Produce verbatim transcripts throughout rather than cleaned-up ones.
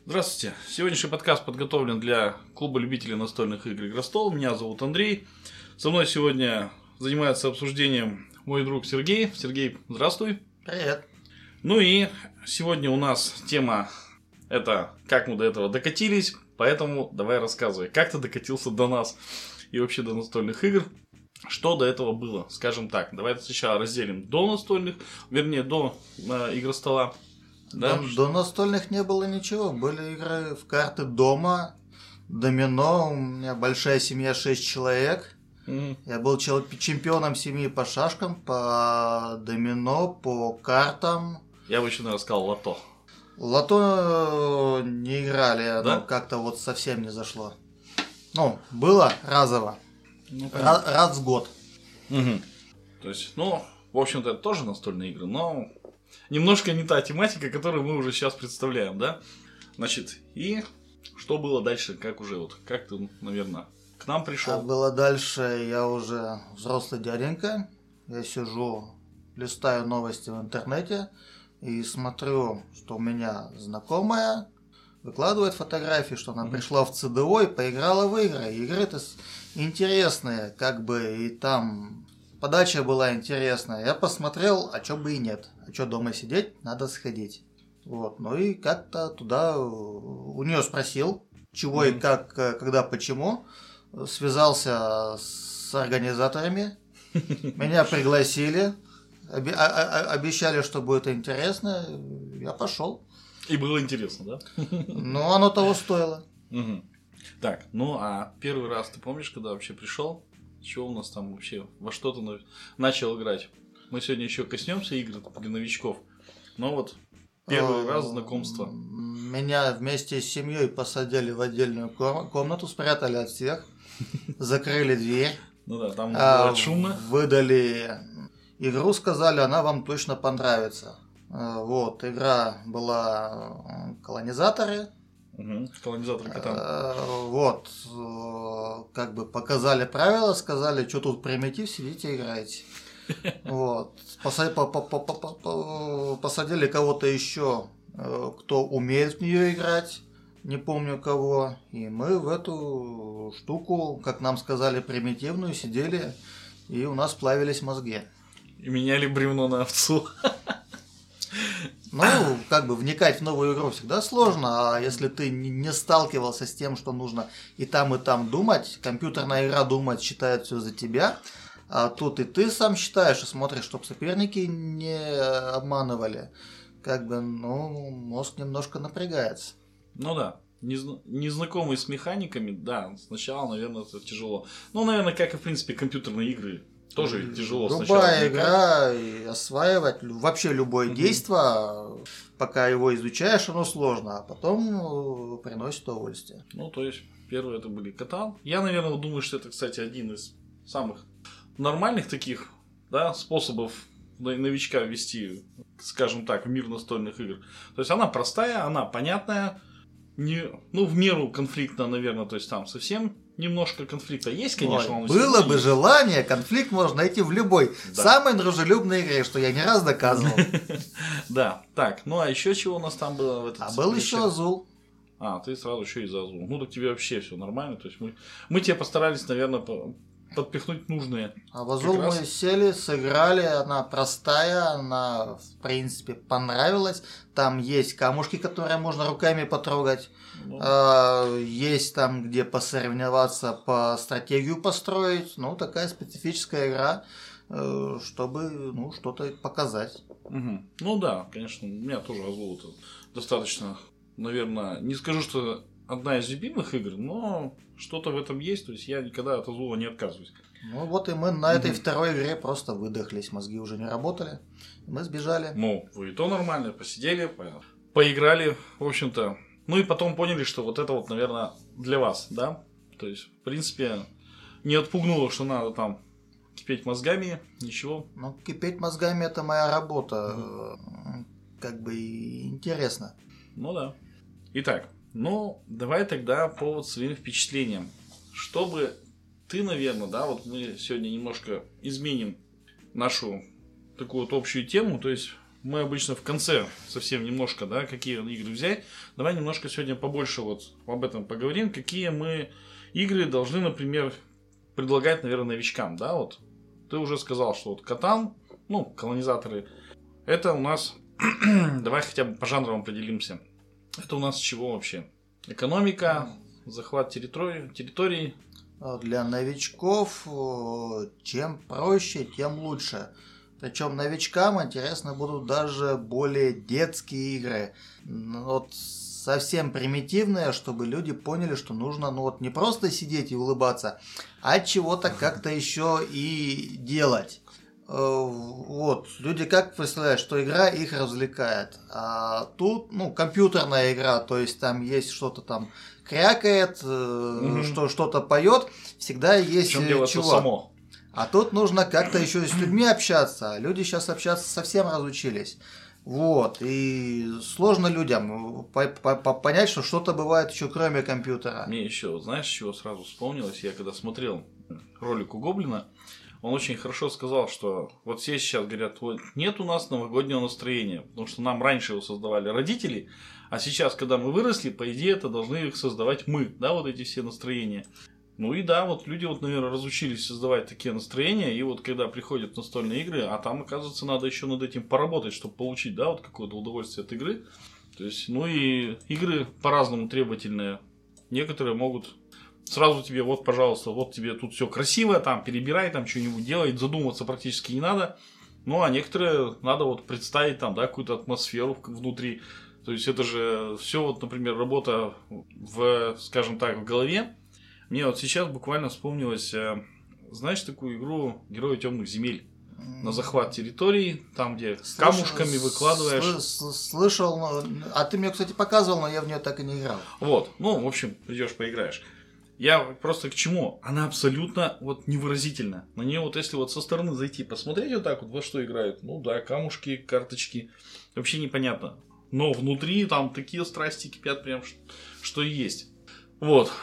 Здравствуйте. Сегодняшний подкаст подготовлен для клуба любителей настольных игр «Игростол». Меня зовут Андрей. Со мной сегодня занимается обсуждением мой друг Сергей. Сергей, здравствуй. Привет. Ну и сегодня у нас тема это как мы до этого докатились. Поэтому давай рассказывай, как ты докатился до нас и вообще до настольных игр. Что до этого было? Скажем так, давай сначала разделим до настольных, вернее до э, игростола. Да? До, до настольных не было ничего. Были игры в карты дома, домино. У меня большая семья, шесть человек. Mm-hmm. Я был чемпионом семьи по шашкам, по домино, по картам. Я бы еще, наверное, сказал лото. Лото не играли, да? Но как-то вот совсем не зашло. Ну, было разово. Ну, раз, раз в год. Угу. То есть, ну, в общем-то, это тоже настольные игры, но немножко не та тематика, которую мы уже сейчас представляем, да? Значит, и что было дальше, как уже вот, как ты, наверное, к нам пришел? А было дальше, я уже взрослый дяденька, я сижу, листаю новости в интернете и смотрю, что у меня знакомая выкладывает фотографии, что она mm-hmm. пришла в ЦДО и поиграла в игры. Игры-то интересные, как бы, и там подача была интересная. Я посмотрел, а чё бы и нет. А чё дома сидеть, надо сходить. Вот, ну и как-то туда у нее спросил, чего mm-hmm. и как, когда, почему. Связался с организаторами, меня пригласили, обещали, что будет интересно, я пошел. И было интересно, да? Ну, оно того стоило. Угу. Так, ну а первый раз ты помнишь, когда вообще пришел? Чего у нас там вообще? Во что ты начал играть? Мы сегодня еще коснемся игр для новичков. Но вот первый раз знакомство. Меня вместе с семьей посадили в отдельную комнату, спрятали от всех, закрыли дверь. Ну да, там было шумно. Выдали игру, сказали, она вам точно понравится. Вот, игра была колонизаторы. Угу, колонизаторы Катан. Вот, как бы показали правила, сказали, что тут примитив, сидите играете. Вот, посадили кого-то еще, кто умеет в нее играть, не помню кого. И мы в эту штуку, как нам сказали, примитивную, сидели, и у нас плавились мозги. И меняли бревно на овцу. Ну, как бы вникать в новую игру всегда сложно, а если ты не сталкивался с тем, что нужно и там, и там думать, компьютерная игра думает, считает все за тебя, а тут и ты сам считаешь и смотришь, чтобы соперники не обманывали, как бы, ну, мозг немножко напрягается. Ну да, незнакомый с механиками, да, сначала, наверное, это тяжело. Ну, наверное, как и, в принципе, компьютерные игры. Тоже тяжело Любая сначала. Любая игра, и осваивать, вообще любое mm-hmm. действие, пока его изучаешь, оно сложно, а потом приносит удовольствие. Ну, то есть, первые это были Катан. Я, наверное, думаю, что это, кстати, один из самых нормальных таких, да, способов новичка ввести, скажем так, в мир настольных игр. То есть, она простая, она понятная, не, ну, в меру конфликтная, наверное, то есть, там совсем... Немножко конфликта есть, конечно. Ой, было бы есть. Желание, конфликт можно найти в любой да. самой дружелюбной игре, что я не раз доказывал. Да, так, ну а еще чего у нас там было в этот А был еще Азул. А, ты сразу еще и за Азул. Ну так тебе вообще все нормально. То есть мы, мы тебе постарались, наверное, подпихнуть нужные. А в Азул мы сели, сыграли, она простая, она в принципе понравилась. Там есть камушки, которые можно руками потрогать. Ну. А, есть там, где посоревноваться, по стратегию построить. Ну, такая специфическая игра, чтобы ну, что-то показать. Угу. Ну да, конечно, у меня тоже Азул это достаточно, наверное, не скажу, что одна из любимых игр, но что-то в этом есть, то есть я никогда от Азула не отказываюсь. Ну вот и мы на этой угу. второй игре просто выдохлись, мозги уже не работали, мы сбежали. Ну, вы и то нормально, посидели, по... поиграли, в общем-то. Ну и потом поняли, что вот это вот, наверное, для вас, да? То есть, в принципе, не отпугнуло, что надо там кипеть мозгами, ничего. Ну, кипеть мозгами это моя работа, mm. как бы интересно. Ну да. Итак, ну давай тогда по вот своим впечатлениям. Чтобы ты, наверное, да, вот мы сегодня немножко изменим нашу такую вот общую тему, то есть мы обычно в конце совсем немножко, да, какие игры взять. Давай немножко сегодня побольше вот об этом поговорим. Какие мы игры должны, например, предлагать, наверное, новичкам, да, вот. Ты уже сказал, что вот Катан, ну, колонизаторы, это у нас, давай хотя бы по жанрам определимся. Это у нас чего вообще? Экономика, захват территории, территории. Для новичков чем проще, тем лучше. Причем новичкам интересны будут даже более детские игры. Вот совсем примитивные, чтобы люди поняли, что нужно ну вот не просто сидеть и улыбаться, а чего-то как-то еще и делать. Вот, люди как представляют, что игра их развлекает. А тут, ну, компьютерная игра, то есть там есть что-то там крякает, mm-hmm. что, что-то поет, всегда есть чего. Само. А тут нужно как-то еще с людьми общаться. Люди сейчас общаться совсем разучились. Вот, и сложно людям понять, что что-то бывает еще кроме компьютера. Мне еще, знаешь, чего сразу вспомнилось? Я когда смотрел ролик у Гоблина, он очень хорошо сказал, что вот все сейчас говорят, вот нет у нас новогоднего настроения, потому что нам раньше его создавали родители, а сейчас, когда мы выросли, по идее, это должны их создавать мы, да, вот эти все настроения. Ну и да, вот люди, вот, наверное, разучились создавать такие настроения, и вот когда приходят настольные игры, а там, оказывается, надо еще над этим поработать, чтобы получить, да, вот какое-то удовольствие от игры. То есть, ну и игры по-разному требовательные. Некоторые могут сразу тебе, вот, пожалуйста, вот тебе тут все красиво, там, перебирай, там, что-нибудь делай, задумываться практически не надо. Ну, а некоторые надо вот представить, там, да, какую-то атмосферу внутри. То есть, это же все, вот, например, работа в, скажем так, в голове. Мне вот сейчас буквально вспомнилось, знаешь, такую игру «Герои темных земель» на захват территорий, там, где Слыш... камушками выкладываешь. Сл- слышал, а ты мне, кстати, показывал, но я в нее так и не играл. Вот, ну, в общем, придешь, поиграешь. Я просто к чему? Она абсолютно вот невыразительна. На нее вот если вот со стороны зайти, посмотреть вот так вот, во что играют, ну да, камушки, карточки, вообще непонятно. Но внутри там такие страсти кипят прям, что и есть. Вот.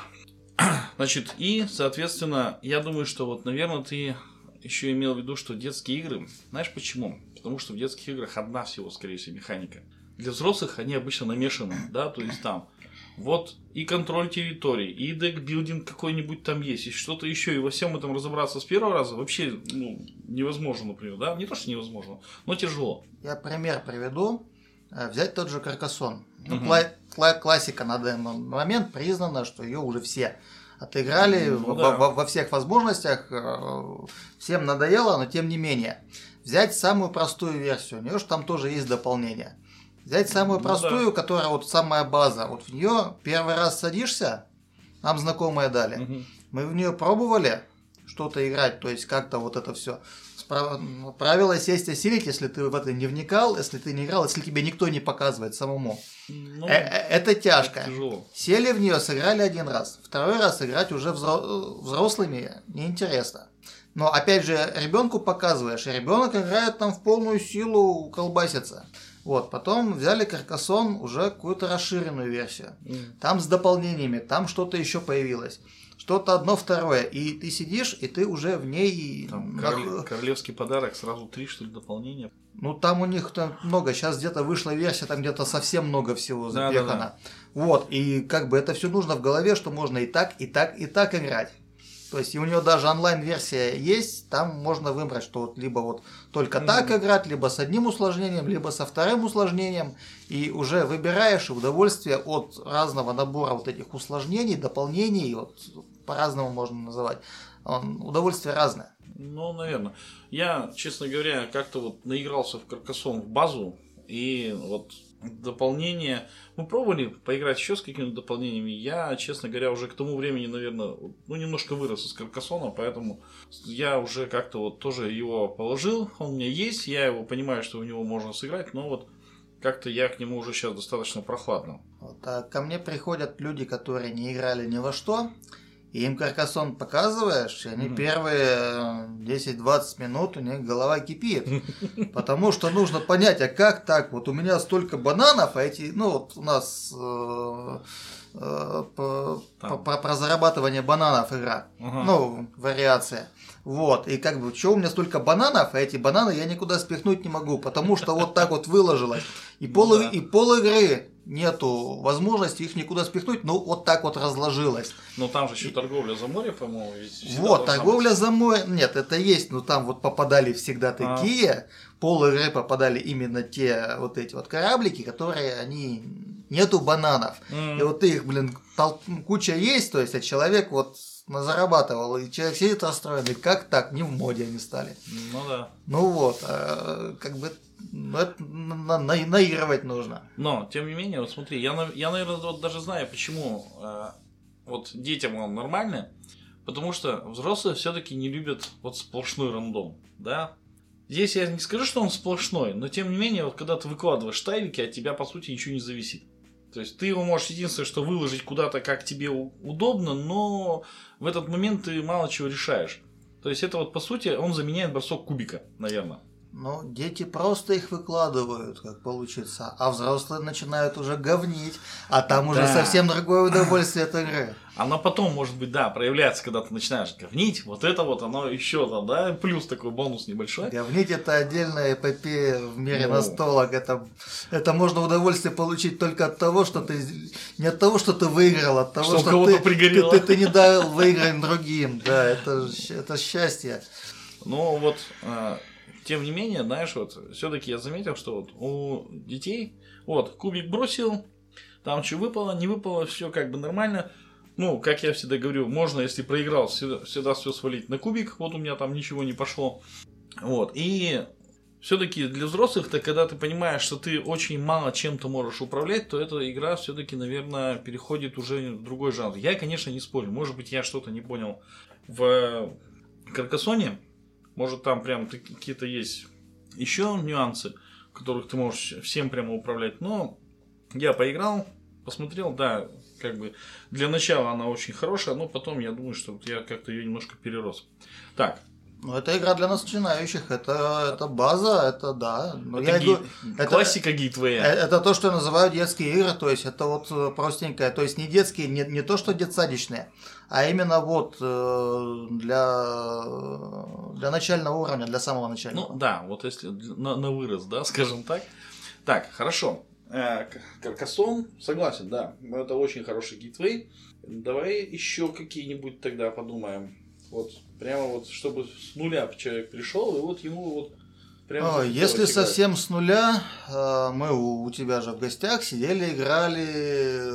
Значит, и, соответственно, я думаю, что вот, наверное, ты еще имел в виду, что детские игры, знаешь почему? Потому что в детских играх одна всего, скорее всего, механика. Для взрослых они обычно намешаны, да, то есть там вот и контроль территории, и декбилдинг какой-нибудь там есть, и что-то еще, и во всем этом разобраться с первого раза вообще ну, невозможно, например, да? Не то, что невозможно, но тяжело. Я пример приведу. Взять тот же Каркасон. Ну, угу. кла- кла- классика на данный момент признана, что ее уже все отыграли ну, во, да. во, во всех возможностях. Всем надоело, но тем не менее. Взять самую простую версию. У нее же там тоже есть дополнение. Взять самую ну, простую, да. которая вот самая база. Вот в нее первый раз садишься, нам знакомые дали. Угу. Мы в нее пробовали что-то играть, то есть как-то вот это все. Правило сесть осилить, если ты в это не вникал, если ты не играл, если тебе никто не показывает самому. Ну, это тяжко. Это сели в нее, сыграли один раз. Второй раз играть уже взрослыми неинтересно. Но опять же, ребенку показываешь, и ребенок играет там в полную силу, колбасится. Вот, потом взяли Каркасон, уже какую-то расширенную версию. Mm. Там с дополнениями, там что-то еще появилось. Что-то одно, второе. И ты сидишь, и ты уже в ней... Там королев... Королевский подарок, сразу три, что ли, дополнения. Ну, там у них там много. Сейчас где-то вышла версия, там где-то совсем много всего запихано. Да, да, да. Вот, и как бы это все нужно в голове, что можно и так, и так, и так играть. То есть, и у него даже онлайн-версия есть, там можно выбрать, что вот либо вот только mm-hmm. так играть, либо с одним усложнением, либо со вторым усложнением, и уже выбираешь удовольствие от разного набора вот этих усложнений, дополнений, вот по-разному можно называть. Удовольствие разное. Ну, наверное. Я, честно говоря, как-то вот наигрался в Каркасон в базу, и вот дополнение. Мы пробовали поиграть еще с какими-то дополнениями. Я, честно говоря, уже к тому времени, наверное, ну, немножко вырос из Каркасона, поэтому я уже как-то вот тоже его положил. Он у меня есть, я его понимаю, что в него можно сыграть, но вот как-то я к нему уже сейчас достаточно прохладно. Вот, а ко мне приходят люди, которые не играли ни во что, и им Каркасон показываешь, и они mm-hmm. первые десять-двадцать минут у них голова кипит. Потому что нужно понять, а как так? Вот у меня столько бананов, а эти, ну вот у нас э, э, по, по, по, про зарабатывание бананов игра. Ага. Ну, вариация. Вот, и как бы, что у меня столько бананов, а эти бананы я никуда спихнуть не могу, потому что вот так вот выложилось. И пол, ну, да. и пол игры нету возможности их никуда спихнуть, ну вот так вот разложилось. Но там же еще торговля за море, по-моему. Вот, торговля за море, нет, это есть, но там вот попадали всегда такие, а. пол игры попадали именно те вот эти вот кораблики, которые они, нету бананов. Mm. И вот их, блин, тол- куча есть, то есть, а человек вот зарабатывал, и человек сидит расстроенный, как так, не в моде они стали. Ну да. Ну вот, а, как бы это на, на, наигрывать нужно. Но, тем не менее, вот смотри, я, я наверное, вот даже знаю, почему э, вот детям он нормально, потому что взрослые все-таки не любят вот сплошной рандом, да. Здесь я не скажу, что он сплошной, но тем не менее, вот когда ты выкладываешь тайлики, от тебя по сути ничего не зависит. То есть ты его можешь единственное, что выложить куда-то, как тебе удобно, но в этот момент ты мало чего решаешь. То есть это вот по сути он заменяет бросок кубика, наверное. Ну, дети просто их выкладывают, как получится, а взрослые начинают уже говнить, а там да. уже совсем другое удовольствие от игры. Оно потом, может быть, да, проявляется, когда ты начинаешь говнить, вот это вот оно еще там, да, плюс такой бонус небольшой. Говнить — это отдельная эпопея в мире ну. настолок, это, это можно удовольствие получить только от того, что ты, не от того, что ты выиграл, а от того, что, что ты, ты, ты, ты не дал выиграть другим, да, это, это счастье. Ну, вот... Тем не менее, знаешь, вот, все-таки я заметил, что вот у детей, вот, кубик бросил, там что выпало, не выпало, все как бы нормально. Ну, как я всегда говорю, можно, если проиграл, всегда, всегда все свалить на кубик, вот у меня там ничего не пошло. Вот, и все-таки для взрослых-то, когда ты понимаешь, что ты очень мало чем-то можешь управлять, то эта игра все-таки, наверное, переходит уже в другой жанр. Я, конечно, не спорю, может быть, я что-то не понял в Каркасоне. Может, там прям какие-то есть еще нюансы, в которых ты можешь всем прямо управлять. Но я поиграл, посмотрел, да, как бы для начала она очень хорошая, но потом я думаю, что я как-то ее немножко перерос. Так. Ну, это игра для начинающих, это, это база, это да. Но это, я ги... иду... это классика гейтвея. Это, это то, что я называю детские игры, то есть это вот простенькое, то есть не детские, не, не то, что детсадичные, а именно вот для, для начального уровня, для самого начального. Ну да, вот если на, на вырос, да, скажем так. Так, хорошо. Каркасон, согласен, да, это очень хороший гейтвей. Давай еще какие-нибудь тогда подумаем. Вот прямо вот, чтобы с нуля человек пришел, и вот ему вот прямо... О, если играть. Совсем с нуля, мы у, у тебя же в гостях сидели, играли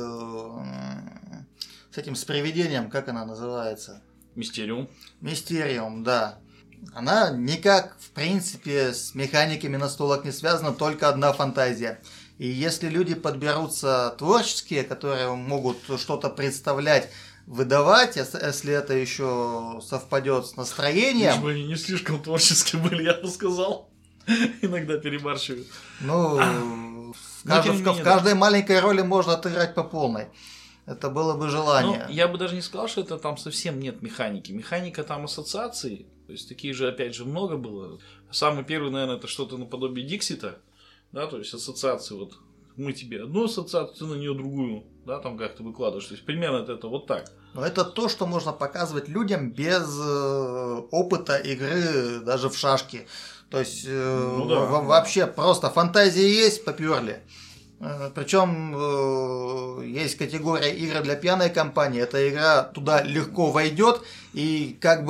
с этим, с привидением, как она называется? Мистериум. Мистериум, да. Она никак, в принципе, с механиками настолок не связана, только одна фантазия. И если люди подберутся творческие, которые могут что-то представлять, выдавать, если это еще совпадет с настроением. Лишь бы они не слишком творческие были, я бы сказал. Иногда перебарщиваю. Ну, в, кажд... в, в каждой да. маленькой роли можно отыграть по полной. Это было бы желание. Ну, я бы даже не сказал, что это там совсем нет механики. Механика там ассоциации. То есть такие же, опять же, много было. Самый первый, наверное, это что-то наподобие Диксита. Да, то есть ассоциации вот. Мы тебе одну ассоциацию, ты на нее другую, да, там как-то выкладываешь. То есть примерно это, это вот так. Но это то, что можно показывать людям без э, опыта игры даже в шашки. То есть э, ну, да, в- да. вообще просто фантазия есть, поперли. Э, причем э, есть категория игры для пьяной компании. Эта игра туда легко войдет, и как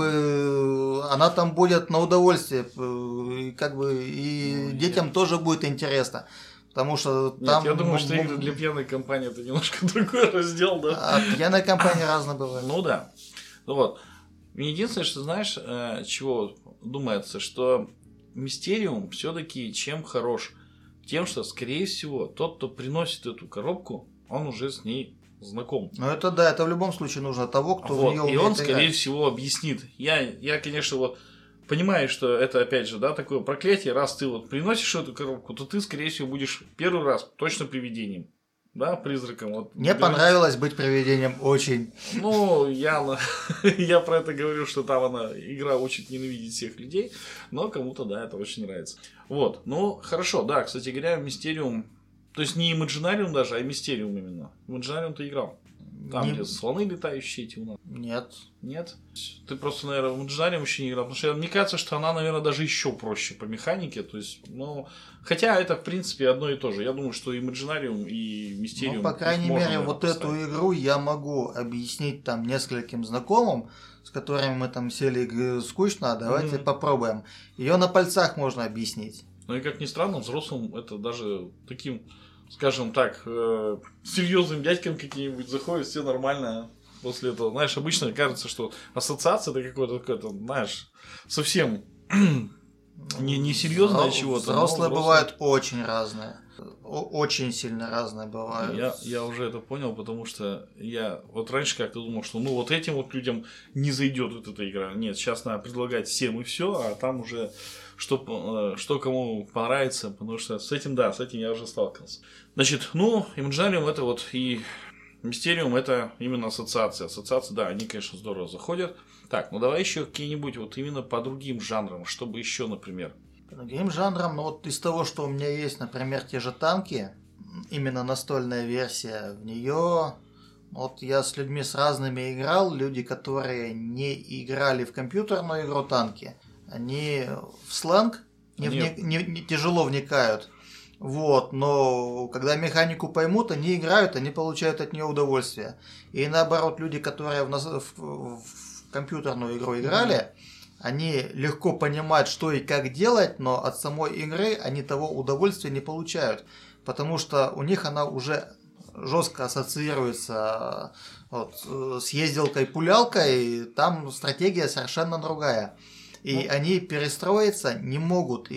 бы она там будет на удовольствие, и как бы и ну, детям нет. тоже будет интересно. Потому что Нет, там... я думаю, что игры для пьяной компании это немножко другой раздел, да? А пьяная компания разные бывают. Ну да. Вот. Единственное, что знаешь, чего думается, что Мистериум все-таки чем хорош? Тем, что, скорее всего, тот, кто приносит эту коробку, он уже с ней знаком. Ну это да, это в любом случае нужно того, кто вот. в нее умеет И он, играть. скорее всего, объяснит. Я, я, конечно, вот понимаю, что это, опять же, да, такое проклятие. Раз ты вот приносишь эту коробку, то ты, скорее всего, будешь первый раз точно привидением. Да, призраком. Вот, Мне говорит... понравилось быть привидением очень. Ну, я, я про это говорю, что там она, игра учит ненавидеть всех людей. Но кому-то, да, это очень нравится. Вот, ну, хорошо, да, кстати говоря, Мистериум. То есть не Имаджинариум даже, а Мистериум именно. Имаджинариум ты играл. Там, Не- где слоны летающие эти у нас. Нет. Нет? Ты просто, наверное, в Imaginarium еще не играл. Потому что мне кажется, что она, наверное, даже еще проще по механике. То есть, ну... Хотя это, в принципе, одно и то же. Я думаю, что и Imaginarium, и Mysterium... Ну, по крайней их можно, мере, наверное, вот поставить. эту игру я могу объяснить там нескольким знакомым, с которыми мы там сели, и говорю, скучно, а давайте Мгм. попробуем. Ее на пальцах можно объяснить. Ну и как ни странно, взрослым это даже таким, скажем так, э, серьезным дядькам какие-нибудь заходят, все нормально после этого. Знаешь, обычно кажется, что ассоциация это какое-то, какое-то, знаешь, совсем не, не серьезное Взро- чего-то. но Взрослые взрослые- бывают очень разные. О- Очень сильно разные бывают. Я, я уже это понял, потому что я вот раньше как-то думал, что ну вот этим вот людям не зайдет вот эта игра. Нет, сейчас надо предлагать всем и все, а там уже что, э, что кому понравится, потому что с этим, да, с этим я уже сталкивался. Значит, ну, Imaginarium это вот и Mysterium это именно ассоциация. Ассоциации, да, они, конечно, здорово заходят. Так, ну давай еще какие-нибудь вот именно по другим жанрам, чтобы еще, например. По другим жанрам, ну вот из того, что у меня есть, например, те же танки, именно настольная версия, в нее вот я с людьми с разными играл, люди, которые не играли в компьютерную игру танки, они в сленг не, Они- вни- не- не тяжело вникают. Вот, но когда механику поймут, они играют, они получают от нее удовольствие. И наоборот, люди, которые в, нас- в- в компьютерную игру играли, они легко понимают, что и как делать, но от самой игры они того удовольствия не получают, потому что у них она уже жестко ассоциируется вот, э, с езделкой-пулялкой, там стратегия совершенно другая. И Ну. они перестроиться не могут,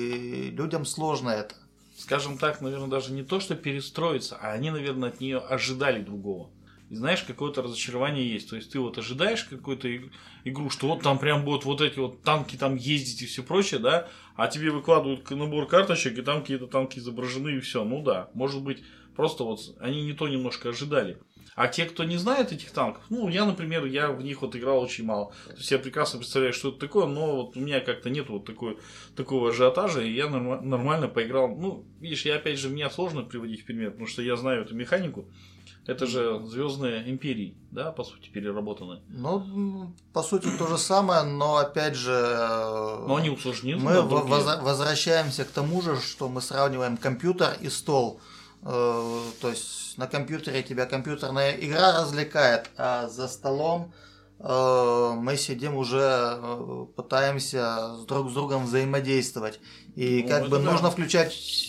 и людям сложно это. Скажем так, наверное, даже не то, что перестроиться, а они, наверное, от нее ожидали другого. И знаешь, какое-то разочарование есть. То есть ты вот ожидаешь какую-то иг- игру, что вот там прям будут вот эти вот танки там ездить и все прочее, да, а тебе выкладывают к- набор карточек, и там какие-то танки изображены, и все. Ну да, может быть, просто вот они не то немножко ожидали. А те, кто не знает этих танков, ну, я, например, я в них вот играл очень мало. То есть я прекрасно представляю, что это такое, но вот у меня как-то нет вот такой, такого ажиотажа, и я норма- нормально поиграл. Ну, видишь, я опять же, мне сложно приводить в пример, потому что я знаю эту механику. Это же Звездные империи, да, по сути, переработанные. Ну, м, по сути, то же самое, но опять же... э, Но они усложнены. Мы да, во- другие. воза- возвращаемся к тому же, что мы сравниваем компьютер и стол. Э, То есть на компьютере тебя компьютерная игра развлекает, а за столом э, мы сидим уже, э, пытаемся с друг с другом взаимодействовать. И Ну, как это бы да. нужно включать...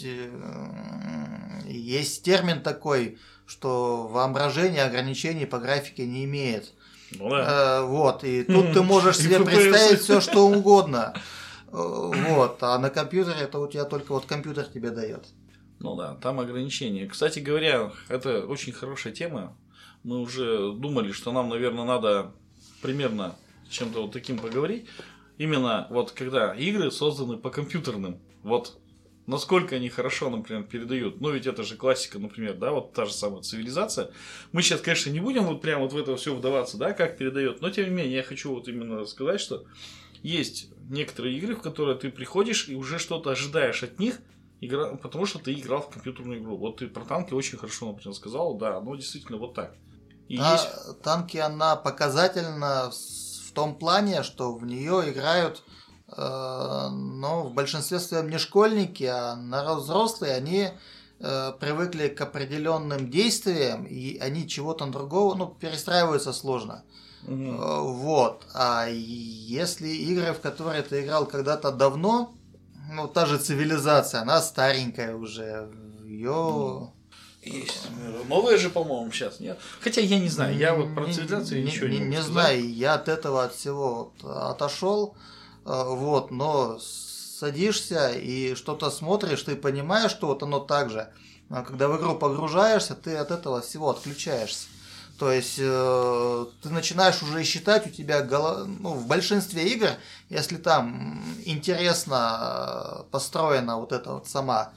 э, Есть термин такой, что воображение ограничений по графике не имеет. Ну да. Э, вот, и тут ты можешь И себе эф пи эс. представить все, что угодно. Э, Вот, а на компьютере это у тебя только вот компьютер тебе дает. Ну да, там ограничения. Кстати говоря, это очень хорошая тема. Мы уже думали, что нам, наверное, надо примерно чем-то вот таким поговорить. Именно вот когда игры созданы по компьютерным. Вот насколько они хорошо, например, передают. Ну, ведь это же классика, например, да, вот та же самая цивилизация. Мы сейчас, конечно, не будем вот прямо вот в это все вдаваться, да, как передает. Но, тем не менее, я хочу вот именно сказать, что есть некоторые игры, в которые ты приходишь и уже что-то ожидаешь от них, игра... потому что ты играл в компьютерную игру. Вот ты про танки очень хорошо, например, сказал, да, оно действительно вот так. И А есть... танки, она показательна с- в том плане, что в нее играют, э, ну, в большинстве своем не школьники, а народ взрослые, они э, привыкли к определенным действиям, и они чего-то другого, ну, перестраиваются сложно. Мгм. Э, Вот. А если игры, в которые ты играл когда-то давно, ну, та же цивилизация, она старенькая уже. Ее... Есть. Новые же, по-моему, сейчас, нет? Хотя я не знаю, я вот про цивилизацию не, ничего не, не, не могу сказать. знаю, я от этого от всего вот отошел, э, вот, но садишься и что-то смотришь, ты понимаешь, что вот оно так же. А когда в игру погружаешься, ты от этого всего отключаешься. То есть э, ты начинаешь уже считать, у тебя голо... ну, в большинстве игр, если там интересно э, построена вот эта вот сама,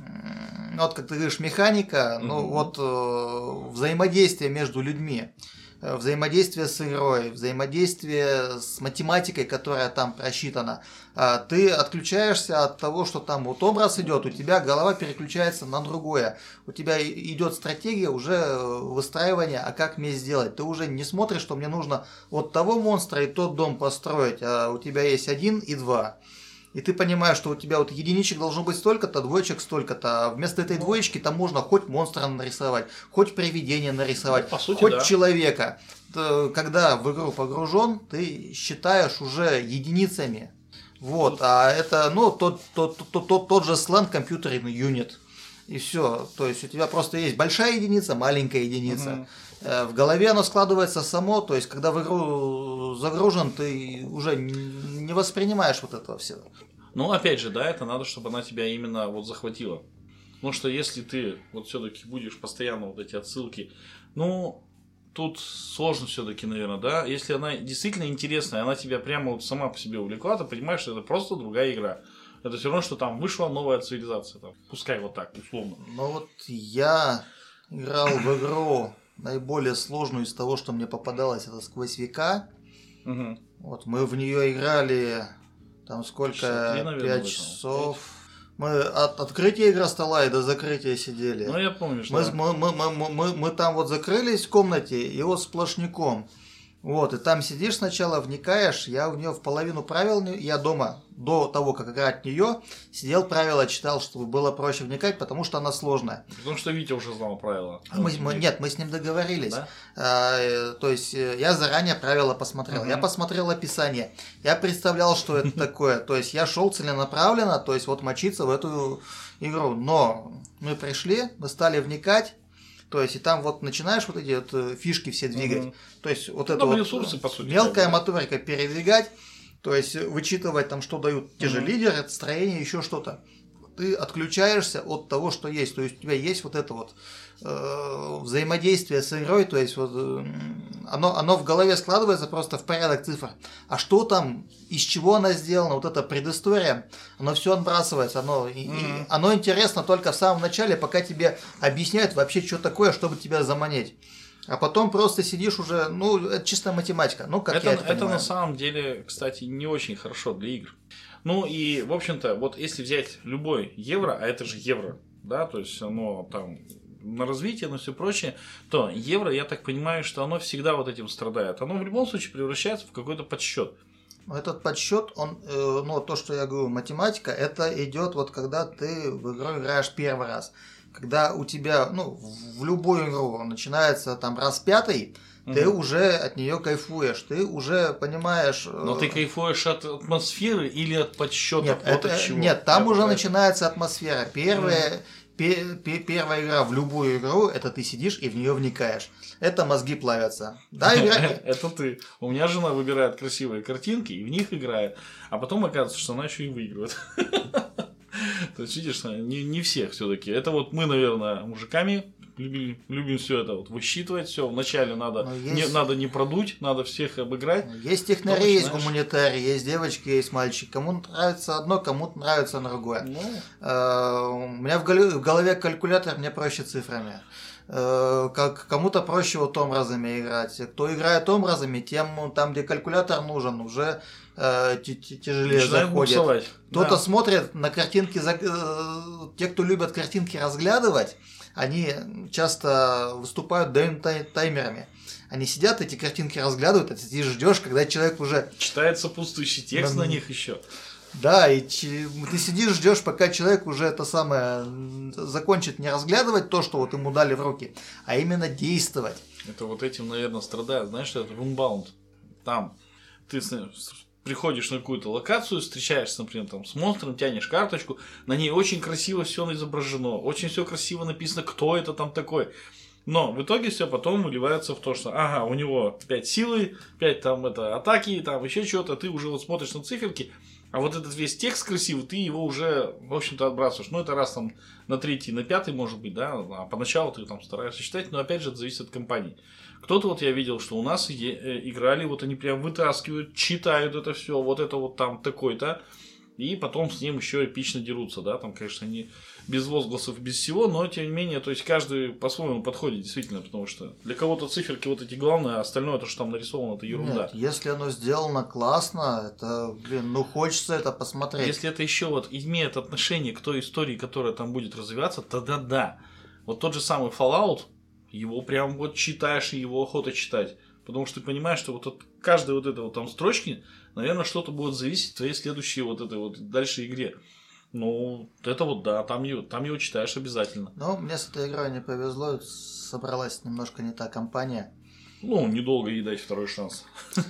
м, вот как ты говоришь, механика, ну Мгм. вот э, взаимодействие между людьми. взаимодействие с игрой, взаимодействие с математикой, которая там просчитана. Ты отключаешься от того, что там вот образ идет, у тебя голова переключается на другое. У тебя идет стратегия уже выстраивания, а как мне сделать. Ты уже не смотришь, что мне нужно вот того монстра и тот дом построить, а у тебя есть один и два. И ты понимаешь, что у тебя вот единичек должно быть столько-то, двоечек столько-то. А вместо этой двоечки там можно хоть монстра нарисовать, хоть привидение нарисовать, ну, по сути, хоть да. человека. Когда в игру погружен, ты считаешь уже единицами. Вот, а это, ну, тот, тот, тот, тот, тот же сленг компьютерный юнит. И все. То есть у тебя просто есть большая единица, маленькая единица. Угу. В голове оно складывается само, то есть когда в игру загружен, ты уже не воспринимаешь вот этого всего. Ну, опять же, да, это надо, чтобы она тебя именно вот захватила. Потому что если ты вот все-таки будешь постоянно вот эти отсылки, ну, тут сложно все-таки, наверное, да. Если она действительно интересная, она тебя прямо вот сама по себе увлекла, ты понимаешь, что это просто другая игра. Это все равно, что там вышла новая цивилизация. Там. Пускай вот так, условно. Ну вот я играл в игру наиболее сложную из того, что мне попадалось, это «Сквозь века». Угу. Вот мы в нее играли там сколько? пять часов. Мы от открытия игры стола и до закрытия сидели. Ну, я помню, что... Мы, да. мы, мы, мы, мы, мы там вот закрылись в комнате, и вот сплошняком. Вот, и там сидишь сначала, вникаешь, я в нее в половину правил, я дома, до того, как играть в нее, сидел, правила читал, чтобы было проще вникать, потому что она сложная. Потому что Витя уже знал правила. Мы, мы, нет, мы с ним договорились. Да? А, то есть, я заранее правила посмотрел. Uh-huh. Я посмотрел описание. Я представлял, что это такое. То есть, я шел целенаправленно, то есть, вот мочиться в эту игру. Но мы пришли, мы стали вникать. То есть, и там вот начинаешь вот эти вот фишки все двигать. Uh-huh. То есть, вот это ну, вот ресурсы, по сути, мелкая да. моторика передвигать. То есть, вычитывать там, что дают те же uh-huh. лидеры, строение, еще что-то. Ты отключаешься от того, что есть. То есть, у тебя есть вот это вот э, взаимодействие с игрой. То есть, вот, э, оно, оно в голове складывается просто в порядок цифр. А что там, из чего она сделана, вот эта предыстория, оно все отбрасывается. Оно, mm-hmm. и, оно интересно только в самом начале, пока тебе объясняют вообще, что такое, чтобы тебя заманить. А потом просто сидишь уже, ну, это чисто математика. Ну, как это, я это это понимаю. На самом деле, кстати, не очень хорошо для игр. Ну и, в общем-то, вот если взять любой евро, а это же евро, да, то есть оно там на развитие, на все прочее, то евро, я так понимаю, что оно всегда вот этим страдает. Оно в любом случае превращается в какой-то подсчет. Этот подсчет, он, э, ну, то, что я говорю, математика, это идет вот когда ты в игру играешь первый раз. Когда у тебя, ну, в любую игру начинается там раз пятый, угу. ты уже от нее кайфуешь, ты уже понимаешь... Но ты кайфуешь от атмосферы или от подсчета? Нет, вот это, от чего? нет там я уже понимаю. Начинается атмосфера. Первая, угу. пе, пе, первая игра в любую игру, это ты сидишь и в нее вникаешь. Это мозги плавятся. Да, игра... Это ты. У меня жена выбирает красивые картинки и в них играет. А потом оказывается, что она еще и выигрывает. То есть, видишь, не, не всех все-таки. Это вот мы, наверное, мужиками любим, любим все это вот высчитывать. Все, вначале надо, есть... не, надо не продуть, надо всех обыграть. Есть технари, есть знаешь... гуманитарии, есть девочки, есть мальчики. Кому нравится одно, кому-то нравится другое. Ну... У меня в голове калькулятор, мне проще цифрами. Как кому-то проще вот образами играть. Кто играет образами, тем там, где калькулятор нужен, уже э, тяжелее начинает заходит. Буксовать. Кто-то да. смотрит на картинки, э, те, кто любят картинки разглядывать, они часто выступают таймерами. Они сидят, эти картинки разглядывают, а ты ждешь, когда человек уже... Читает сопутствующий текст на, на них еще. Да, и ты сидишь, ждешь, пока человек уже это самое закончит не разглядывать то, что вот ему дали в руки, а именно действовать. Это вот этим, наверное, страдает. Знаешь, это Runebound. Там ты приходишь на какую-то локацию, встречаешься, например, там, с монстром, тянешь карточку, на ней очень красиво все изображено, очень все красиво написано, кто это там такой. Но в итоге все потом выливается в то, что ага, у него пять силы, пять там это атаки, там еще что-то, ты уже вот смотришь на циферки. А вот этот весь текст красивый, ты его уже, в общем-то, отбрасываешь. Ну, это раз там на третий, на пятый, может быть, да. А поначалу ты там стараешься читать, но опять же, это зависит от компании. Кто-то вот я видел, что у нас е- играли, вот они прям вытаскивают, читают это все, вот это вот там такой-то. И потом с ним еще эпично дерутся, да, там, конечно, не без возгласов, без всего, но тем не менее, то есть каждый по-своему подходит, действительно, потому что для кого-то циферки вот эти главные, а остальное, то, что там нарисовано, это ерунда. Нет, если оно сделано классно, это, блин, ну хочется это посмотреть. Если это еще вот имеет отношение к той истории, которая там будет развиваться, тогда да. Вот тот же самый Fallout, его прям вот читаешь, и его охота читать. Потому что ты понимаешь, что вот от каждой вот этой вот там строчки, наверное, что-то будет зависеть от твоей следующей вот этой вот дальше игре. Ну, это вот да, там его, там его читаешь обязательно. Ну, мне с этой игрой не повезло, собралась немножко не та компания. Ну, недолго ей дать второй шанс.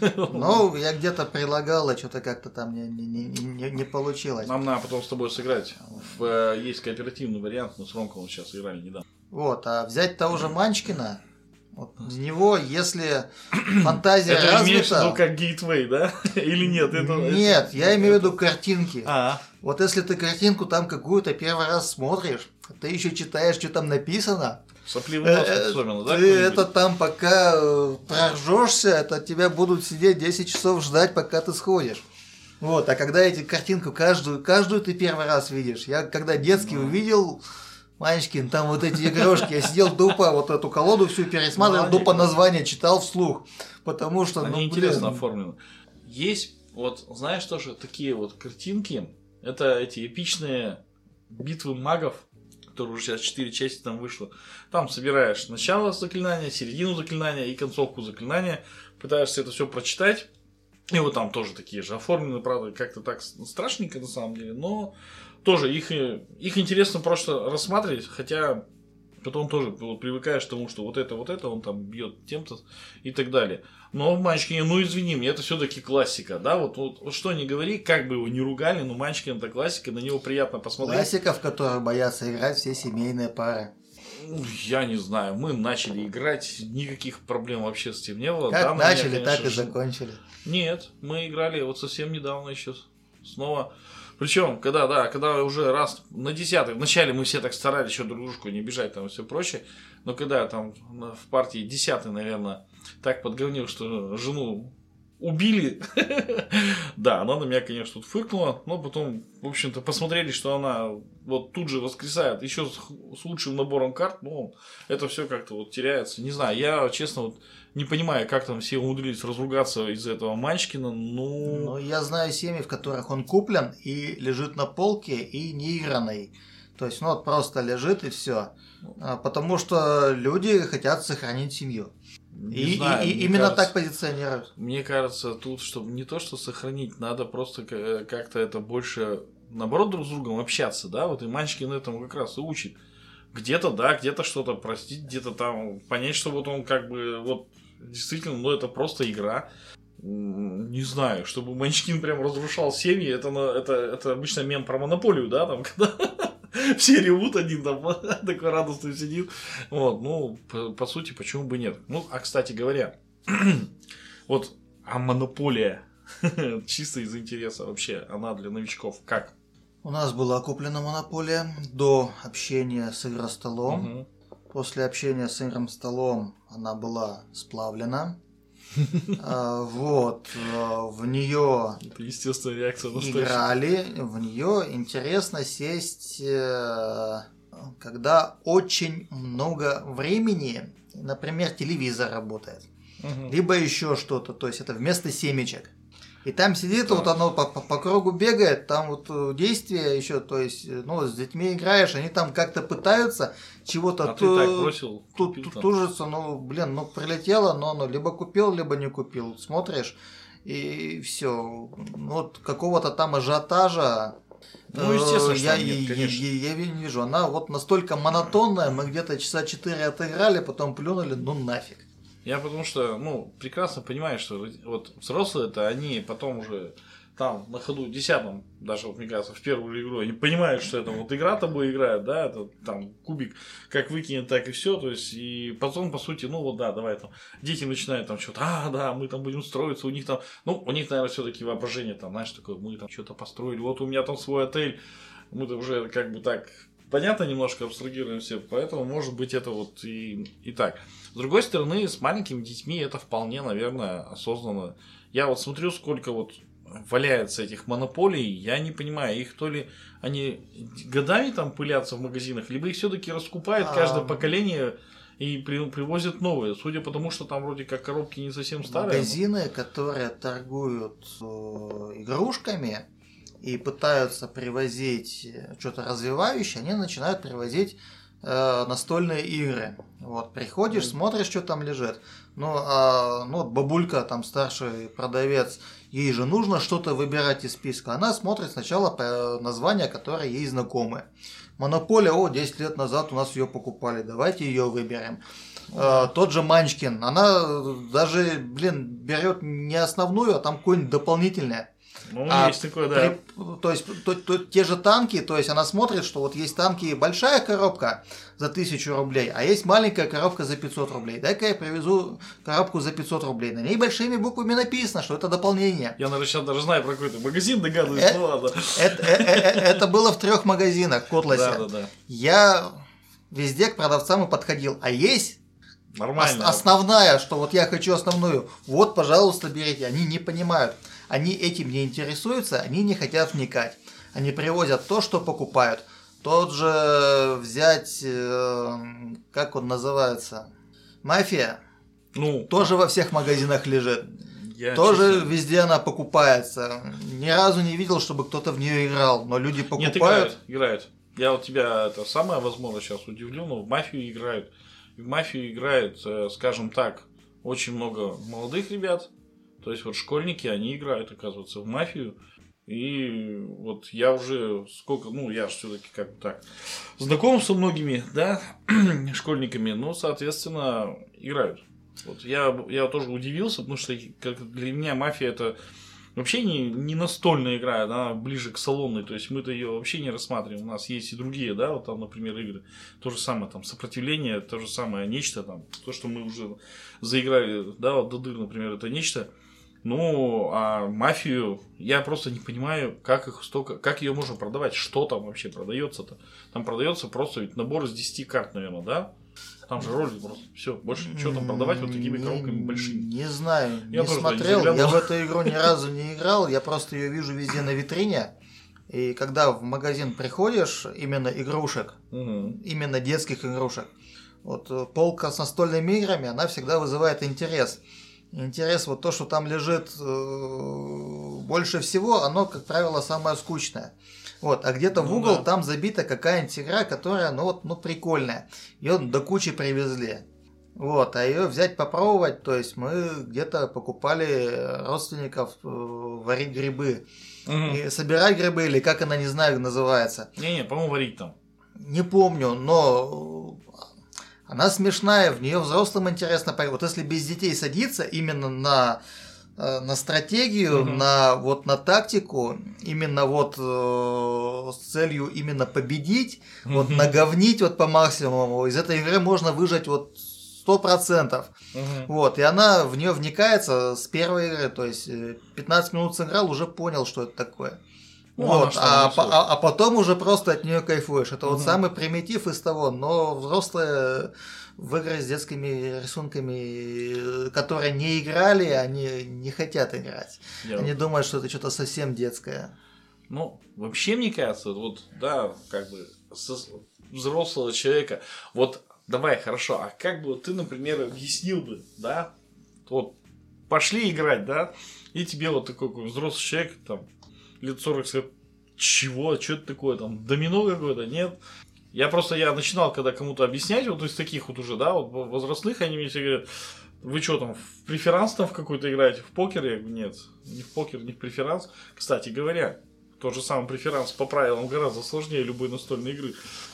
Ну, я где-то предлагал, а что-то как-то там не, не, не, не получилось. Нам надо потом с тобой сыграть. В, есть кооперативный вариант, мы с Ромком сейчас играли недавно. Вот, а взять того же Манчкина, вот, с него, если фантазия это развита... имеешь в виду как гейтвей, да? Или нет? Это, нет, это, я имею в виду картинки. А. Вот если ты картинку там какую-то первый раз смотришь, ты еще читаешь, что там написано... Сопливый нос особенно, да? Ты это там пока проржешься, это тебя будут сидеть десять часов ждать, пока ты сходишь. Вот, а когда эти картинку каждую, каждую ты первый раз видишь. Я когда детский ну. увидел, Манчкин, там вот эти игрушки, я сидел тупо, вот эту колоду всю пересматривал, ну, тупо название читал вслух. Потому что, они ну, интересно блин. оформлены. Есть, вот, знаешь, тоже такие вот картинки, это эти эпичные битвы магов, которые уже сейчас четыре части там вышло. Там собираешь начало заклинания, середину заклинания и концовку заклинания, пытаешься это все прочитать. И вот там тоже такие же оформлены, правда, как-то так страшненько на самом деле, но тоже их, их интересно просто рассматривать, хотя потом тоже вот, привыкаешь к тому, что вот это, вот это, он там бьет тем-то и так далее. Но в Манчкине, ну извини, мне это все-таки классика, да, вот, вот, вот что ни говори, как бы его не ругали, но Манчкин это классика, на него приятно посмотреть. Классика, в которую боятся играть все семейные пары. Я не знаю, мы начали играть, никаких проблем вообще с тем не было. Как да, начали, меня, конечно, так и закончили. Нет, мы играли вот совсем недавно еще снова. Причем, когда, да, когда уже раз на десятый, вначале мы все так старались еще друг дружку не бежать там и все прочее, но когда там в партии десятый, наверное, так подговнил, что жену убили, да, она на меня, конечно, тут фыркнула, но потом, в общем-то, посмотрели, что она вот тут же воскресает, еще с, с лучшим набором карт, но это все как-то вот теряется. Не знаю, я, честно, вот не понимаю, как там все умудрились разругаться из-за этого Манчкина, ну... Ну, я знаю семьи, в которых он куплен и лежит на полке и не игранный. То есть, ну, вот просто лежит и все. Потому что люди хотят сохранить семью. И, знаю, и, и именно кажется, так позиционируют. Мне кажется, тут, чтобы не то, что сохранить, надо просто как-то это больше, наоборот, друг с другом общаться, да, вот и Манчкин этому как раз и учит. Где-то, да, где-то что-то простить, где-то там понять, что вот он как бы, вот, действительно, ну, это просто игра. Не знаю, чтобы Манчкин прям разрушал семьи, это, это, это обычно мем про монополию, да, там, когда... Все ревут, один там такой радостный сидит. Вот, ну, по, по сути, почему бы нет? Ну, а кстати говоря, вот, а монополия, чисто из интереса вообще, она для новичков как? У нас была куплена монополия до общения с игростолом. Угу. После общения с игростолом она была сплавлена. Вот, в нее естественная реакция играли, в нее интересно сесть, когда очень много времени, например, телевизор работает, угу. либо еще что-то, то есть это вместо семечек. И там сидит, да. вот оно по, по, по кругу бегает, там вот действия еще, то есть, ну, с детьми играешь, они там как-то пытаются чего-то а ту, ты так бросил, тут ту, тужиться, ну, блин, ну, прилетело, но оно либо купил, либо не купил, смотришь, и все. Ну, вот какого-то там ажиотажа, ну, естественно, я, нет, конечно. Я, я, я не вижу, она вот настолько монотонная, мы где-то часа четыре отыграли, потом плюнули, ну, нафиг. Я потому что, ну, прекрасно понимаю, что вот взрослые-то, они потом уже там на ходу десятом, даже вот, мне кажется, в первую игру, они понимают, что это вот игра тобой играет, да, это там кубик как выкинет, так и все, то есть, и потом, по сути, ну вот да, давай там, дети начинают там что-то, а, да, мы там будем строиться, у них там, ну, у них, наверное, все-таки воображение там, знаешь, такое, мы там что-то построили, вот у меня там свой отель, мы-то уже как бы так... Понятно, немножко абстрагируем все, поэтому, может быть, это вот и, и так. С другой стороны, с маленькими детьми это вполне, наверное, осознанно. Я вот смотрю, сколько вот валяется этих монополий, я не понимаю, их то ли они годами там пылятся в магазинах, либо их все-таки раскупают а... каждое поколение и при, привозят новые, судя по тому, что там вроде как коробки не совсем старые. Магазины, но... которые торгуют э, игрушками и пытаются привозить что-то развивающее, они начинают привозить э, настольные игры. Вот, приходишь, mm. смотришь, что там лежит. Ну, а ну, бабулька, там старший продавец, ей же нужно что-то выбирать из списка. Она смотрит сначала по названия, которые ей знакомы. Монополия, о, десять лет назад у нас ее покупали, давайте ее выберем. Э, тот же Манчкин, она даже, блин, берет не основную, а там какое-нибудь дополнительное. Ну, а есть такое, да. При, то есть, то, то, те же танки, то есть она смотрит, что вот есть танки большая коробка за тысячу рублей, а есть маленькая коробка за пятьсот рублей. Дай-ка я привезу коробку за пятьсот рублей. На ней большими буквами написано, что это дополнение. Я, наверное, сейчас даже знаю про какой-то магазин, догадываюсь, ну ладно. Это было в трех магазинах в Котласе. Да, да, да. Я везде к продавцам и подходил. А есть нормально. Основная, что вот я хочу основную, вот, пожалуйста, берите. Они не понимают. Они этим не интересуются, они не хотят вникать. Они привозят то, что покупают. Тот же взять, э, как он называется, «Мафия». Ну, тоже во всех магазинах лежит. Я тоже честно... везде она покупается. Ни разу не видел, чтобы кто-то в нее играл. Но люди покупают. Нет, играют, играют. Я вот тебя, это самое, возможно, сейчас удивлю, но в «Мафию» играют. В «Мафию» играет, скажем так, очень много молодых ребят. То есть вот школьники, они играют, оказывается, в «Мафию». И вот я уже сколько, ну я же все-таки как бы так знаком со многими, да, школьниками, но, соответственно, играют. Вот я, я тоже удивился, потому что как для меня «Мафия» это вообще не, не настольная игра, она ближе к салонной, то есть мы-то ее вообще не рассматриваем, у нас есть и другие, да, вот там, например, игры, то же самое, там, сопротивление, то же самое, нечто там, то, что мы уже заиграли, да, вот «Додыр», например, это нечто. Ну, а «Мафию» я просто не понимаю, как их столько, как ее можно продавать, что там вообще продается-то. Там продается просто ведь набор из десяти карт, наверное, да? Там же роли просто все, больше ничего там продавать вот такими коробками большими. Не знаю, я не смотрел, не я в эту игру ни разу не играл, я просто ее вижу везде на витрине. И когда в магазин приходишь, именно игрушек, угу. именно детских игрушек, вот полка с настольными играми, она всегда вызывает интерес. Интерес, вот то, что там лежит э, больше всего, оно, как правило, самое скучное. Вот, а где-то ну, в угол да. там забита какая-нибудь игра, которая, ну вот, ну прикольная. Ее до кучи привезли. Вот, а ее взять попробовать, то есть мы где-то покупали родственников э, варить грибы. Угу. И собирать грибы, или как она, не знаю, называется. Не-не, по-моему, варить там. Не помню, но... Она смешная, в нее взрослым интересно. Вот если без детей садиться именно на, на стратегию, угу. на, вот, на тактику, именно вот э, с целью именно победить, угу. вот наговнить вот по максимуму, из этой игры можно выжать вот сто процентов. Угу. Вот, и она в нее вникается с первой игры, то есть пятнадцать минут сыграл, уже понял, что это такое. Ну, вот, а, а, а потом уже просто от нее кайфуешь. Это угу. вот самый примитив из того, но взрослые в игры с детскими рисунками, которые не играли, они не хотят играть. Я они вот... думают, что это что-то совсем детское. Ну, вообще, мне кажется, вот, да, как бы, со взрослого человека, вот, давай, хорошо, а как бы ты, например, объяснил бы, да, вот, пошли играть, да, и тебе вот такой взрослый человек, там, лет сорок сказать, чего, что это такое, там, домино какое-то, нет. Я просто, я начинал, когда кому-то объяснять, вот из таких вот уже, да, вот возрастных, они мне все говорят, вы что там, в преферанс там в какой-то играете, в покер? Я говорю, нет, не в покер, не в преферанс. Кстати говоря, тот же самый преферанс по правилам гораздо сложнее любой настольной игры.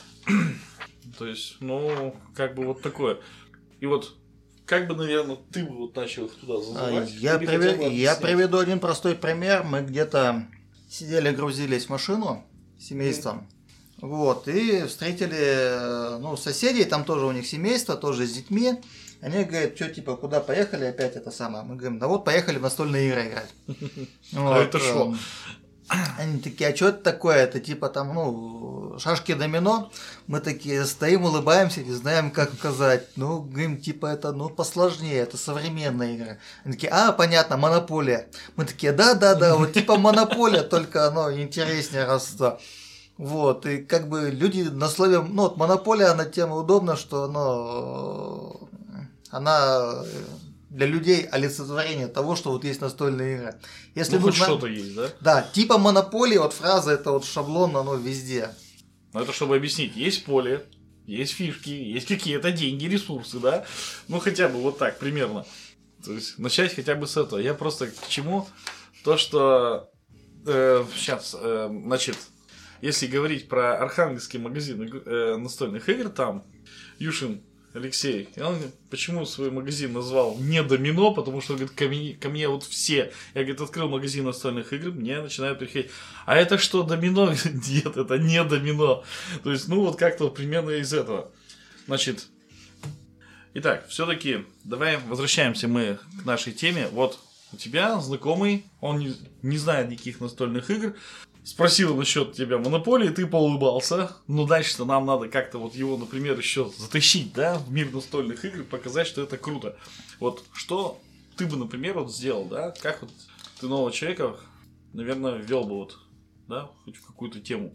То есть, ну, как бы вот такое. И вот, как бы, наверное, ты бы вот начал их туда зазывать. Я, привед... я приведу один простой пример. Мы где-то сидели, грузились в машину с семейством. Mm. Вот, и встретили, ну, соседей, там тоже у них семейство, тоже с детьми. Они говорят, что, типа, куда поехали опять это самое? Мы говорим, да вот поехали в настольные игры играть. А это что? Они такие, а что это такое? Это типа там, ну, шашки домино. Мы такие стоим, улыбаемся, не знаем, как сказать. Ну, говорим, типа это, ну, посложнее, это современная игра. Они такие, а, понятно, монополия. Мы такие, да-да-да, вот типа монополия, только оно интереснее раз-то. Вот, и как бы люди на слове, ну, вот монополия, она тем удобна, что, ну, она для людей олицетворение того, что вот есть настольная игра. Если ну, нужно... хоть что-то есть, да? Да, типа монополии, вот фраза, это вот шаблон, оно везде. Но это чтобы объяснить, есть поле, есть фишки, есть какие-то деньги, ресурсы, да? Ну, хотя бы вот так, примерно. То есть, начать хотя бы с этого. Я просто к чему? То, что... Э, сейчас, э, значит... Если говорить про архангельский магазин э, настольных игр, там Юшин Алексей, он почему свой магазин назвал не домино, потому что, говорит, ко мне, ко мне вот все, я, говорит, открыл магазин настольных игр, мне начинают приходить, а это что, домино? Нет, это не домино. То есть, ну вот как-то примерно из этого. Значит, итак, все-таки давай возвращаемся мы к нашей теме. Вот у тебя знакомый, он не, не знает никаких настольных игр, спросил насчет тебя монополии, ты поулыбался. Ну, дальше-то нам надо как-то вот его, например, еще затащить, да, в мир настольных игр, показать, что это круто. Вот что ты бы, например, вот сделал, да? Как вот ты нового человека, наверное, ввел бы вот, да, хоть в какую-то тему.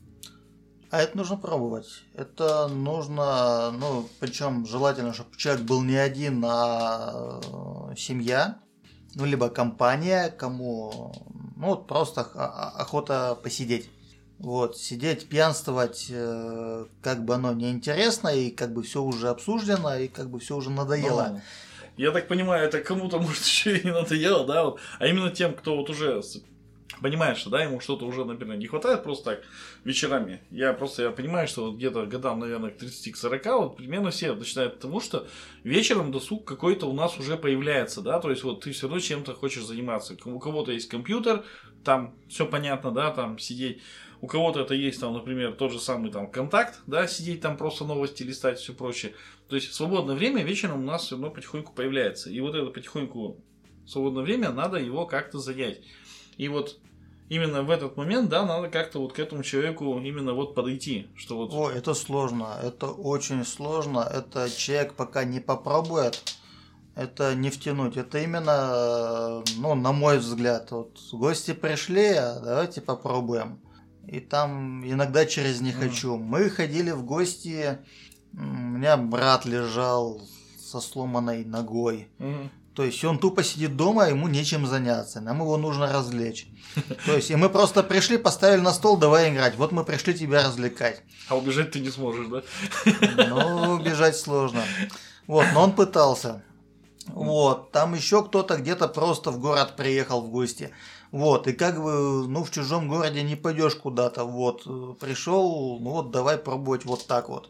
А это нужно пробовать. Это нужно, ну, причем желательно, чтобы человек был не один, а семья, ну, либо компания, кому, ну, вот просто охота посидеть. Вот, сидеть, пьянствовать, э, как бы оно неинтересно, и как бы все уже обсуждено, и как бы все уже надоело. Ну, я так понимаю, это кому-то, может, еще и не надоело, да, вот, а именно тем, кто вот уже понимает, что, да, ему что-то уже, например, не хватает просто так вечерами. Я просто, я понимаю, что вот где-то годам, наверное, к тридцати к сорока, вот примерно все начинают тому, что вечером досуг какой-то у нас уже появляется, да, то есть вот ты все равно чем-то хочешь заниматься. У кого-то есть компьютер, там все понятно, да, там сидеть. У кого-то это есть, там, например, тот же самый там контакт, да, сидеть там просто новости листать и все прочее. То есть свободное время вечером у нас все равно потихоньку появляется. И вот это потихоньку свободное время надо его как-то занять. И вот именно в этот момент, да, надо как-то вот к этому человеку именно вот подойти, что вот... О, это сложно, это очень сложно, это человек пока не попробует, это не втянуть, это именно, ну, на мой взгляд, вот гости пришли, а давайте попробуем, и там иногда через «не хочу». Mm. Мы ходили в гости, у меня брат лежал со сломанной ногой. Mm. То есть он тупо сидит дома, ему нечем заняться, нам его нужно развлечь. То есть и мы просто пришли, поставили на стол, давай играть. Вот мы пришли тебя развлекать. А убежать ты не сможешь, да? Ну, убежать сложно. Вот, но он пытался. Вот, там еще кто-то где-то просто в город приехал в гости. Вот, и как бы, ну, в чужом городе не пойдешь куда-то. Вот, пришел, ну вот, давай пробовать вот так вот.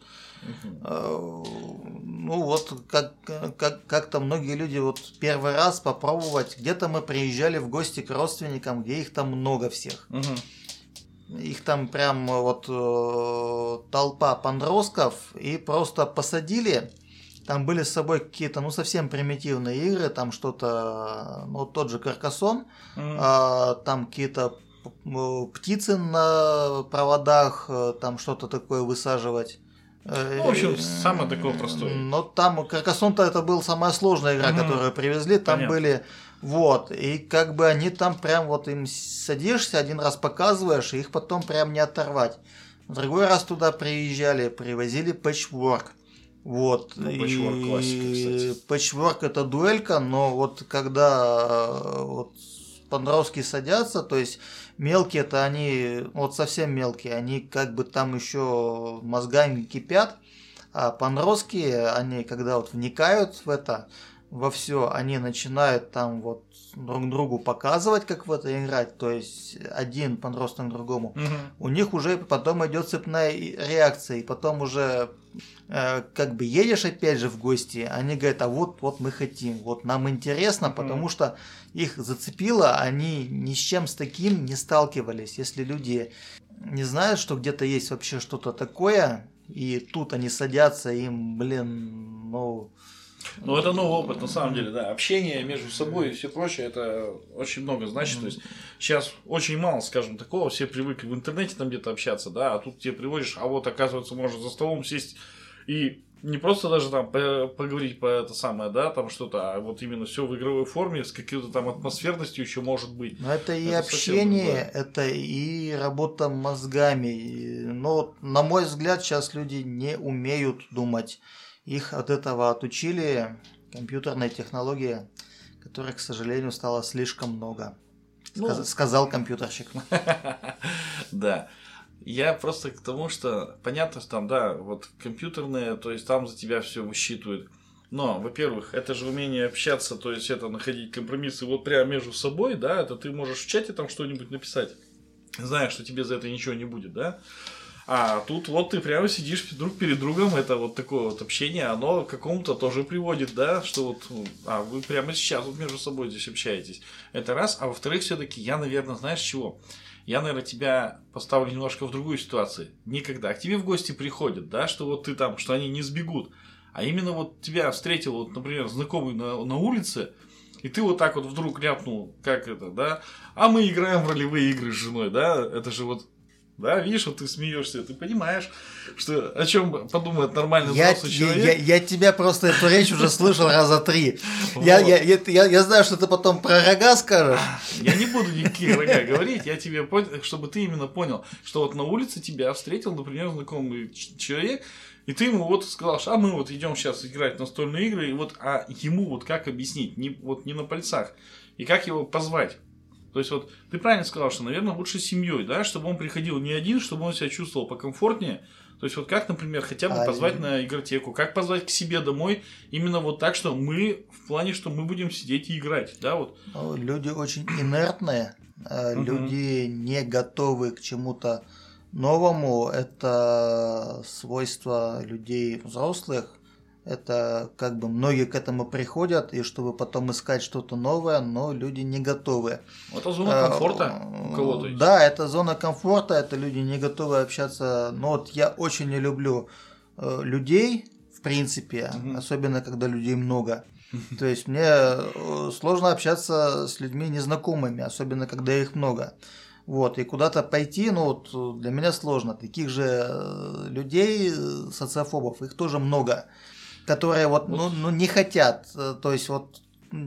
Uh-huh. Ну вот как, как, как-то многие люди вот первый раз попробовать. Где-то мы приезжали в гости к родственникам, где их там много всех. Uh-huh. Их там прям вот э, толпа подростков, и просто посадили. Там были с собой какие-то, ну, совсем примитивные игры, там что-то, ну, тот же Каркасон, uh-huh. а, там какие-то птицы на проводах, там что-то такое высаживать. Ну, в общем, самое такое простое. Но там Каркасон-то это была самая сложная игра, угу. которую привезли. Там Понятно. Были вот. И как бы они там прям вот им садишься, один раз показываешь, и их потом прям не оторвать. В другой раз туда приезжали, привозили пэтчворк. Вот. Ну, пэтчворк классика, кстати. Пэтчворк это дуэлька, но вот когда вот подростки садятся, то есть мелкие-то они, вот совсем мелкие, они как бы там еще мозгами кипят, а подростки, они когда вот вникают в это, во все, они начинают там вот друг другу показывать, как в это играть, то есть один подросток другому. Угу. У них уже потом идет цепная реакция, и потом уже э, как бы едешь опять же в гости, они говорят, а вот, вот мы хотим, вот нам интересно, угу. потому что их зацепило, они ни с чем с таким не сталкивались. Если люди не знают, что где-то есть вообще что-то такое, и тут они садятся, им, блин, ну... Ну, это новый опыт, на самом деле, да. Общение между собой и все прочее, это очень много значит. То есть, сейчас очень мало, скажем, такого. Все привыкли в интернете там где-то общаться, да, а тут тебе приводишь, а вот, оказывается, можно за столом сесть и не просто даже там поговорить по это самое, да, там что-то, а вот именно все в игровой форме, с какой-то там атмосферностью еще может быть. Но это и это общение, это и работа мозгами. Но, на мой взгляд, сейчас люди не умеют думать. Их от этого отучили компьютерные технологии, которых, к сожалению, стало слишком много. Ну, сказал компьютерщик. Да. Я просто к тому, что понятно, что там, да, вот компьютерные, то есть там за тебя все высчитывают. Но, во-первых, это же умение общаться, то есть это находить компромиссы вот прямо между собой, да, это ты можешь в чате там что-нибудь написать, зная, что тебе за это ничего не будет, да. А тут вот ты прямо сидишь друг перед другом, это вот такое вот общение, оно к какому-то тоже приводит, да, что вот, а вы прямо сейчас вот между собой здесь общаетесь. Это раз, а во-вторых, все-таки я, наверное, знаешь чего? Я, наверное, тебя поставлю немножко в другую ситуацию. Никогда к тебе в гости приходят, да, что вот ты там, что они не сбегут, а именно вот тебя встретил, вот, например, знакомый на, на улице, и ты вот так вот вдруг ляпнул, как это, да, а мы играем в ролевые игры с женой, да, это же вот. Да, видишь, вот ты смеешься, ты понимаешь, что о чем подумает нормальный взрослый человек. Я, я, я тебя просто эту речь уже слышал раза три. Вот. Я, я, я, я знаю, что ты потом про рога скажешь. Я не буду никакие рога говорить, я тебе понял, чтобы ты именно понял, что вот на улице тебя встретил, например, знакомый человек, и ты ему вот сказал, что а мы вот идем сейчас играть в настольные игры, и вот, а ему вот как объяснить, не, вот не на пальцах, и как его позвать. То есть, вот ты правильно сказал, что, наверное, лучше с семьей, да, чтобы он приходил не один, чтобы он себя чувствовал покомфортнее. То есть, вот как, например, хотя бы а позвать и... на игротеку, как позвать к себе домой, именно вот так, что мы, в плане, что мы будем сидеть и играть, да, вот. Люди очень инертные, люди не готовы к чему-то новому, это свойство людей взрослых. Это как бы многие к этому приходят, и чтобы потом искать что-то новое, но люди не готовы. Это зона комфорта у кого-то. Да, это зона комфорта, это люди не готовы общаться. Но вот я очень не люблю людей, в принципе, угу. особенно когда людей много. То есть мне сложно общаться с людьми незнакомыми, особенно когда их много. Вот, и куда-то пойти, ну вот для меня сложно. Таких же людей, социофобов, их тоже много. Которые вот, ну, ну, не хотят, то есть вот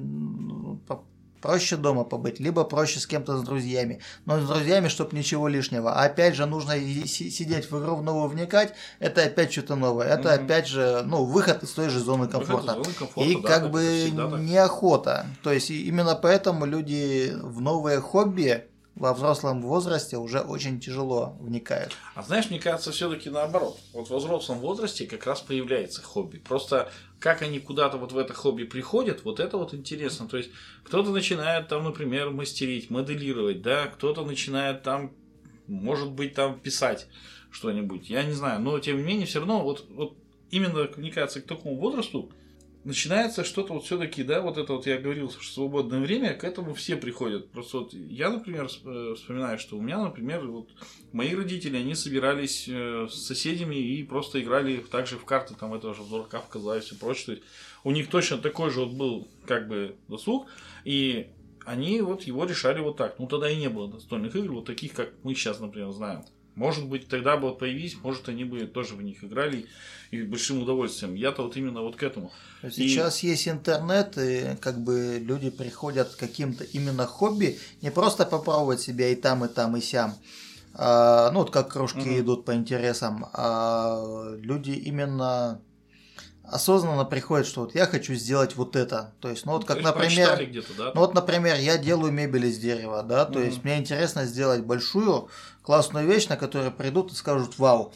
проще дома побыть, либо проще с кем-то с друзьями, но с друзьями, чтобы ничего лишнего. А опять же, нужно сидеть в игру в новую вникать, это опять что-то новое, это mm-hmm. опять же, ну, выход из той же зоны комфорта. Зоны комфорта и да, как бы неохота. То есть именно поэтому люди в новые хобби во взрослом возрасте уже очень тяжело вникают. А знаешь, мне кажется, все-таки наоборот. Вот во взрослом возрасте как раз появляется хобби. Просто как они куда-то вот в это хобби приходят, вот это вот интересно. То есть кто-то начинает там, например, мастерить, моделировать, да, кто-то начинает там, может быть, там писать что-нибудь. Я не знаю, но тем не менее, все равно вот, вот именно, мне кажется, к такому возрасту начинается что-то вот все-таки, да, вот это вот я говорил, что свободное время, к этому все приходят. Просто вот я, например, вспоминаю, что у меня, например, вот мои родители, они собирались с соседями и просто играли также в карты, там этого же в дурака, в козла и все прочее. То есть у них точно такой же вот был как бы досуг, и они вот его решали вот так. Ну тогда и не было настольных игр, вот таких, как мы сейчас, например, знаем. Может быть, тогда бы вот появились, может, они бы тоже в них играли и большим удовольствием. Я-то вот именно вот к этому. Сейчас и... есть интернет, и как бы люди приходят к каким-то именно хобби, не просто попробовать себя и там, и там, и сям. А, ну, вот как кружки угу. идут по интересам, а люди именно осознанно приходят, что вот я хочу сделать вот это. То есть, ну вот, ну, как, например, да? ну вот, например, я делаю мебель из дерева, да, то угу. есть мне интересно сделать большую классную вещь, на которую придут и скажут вау.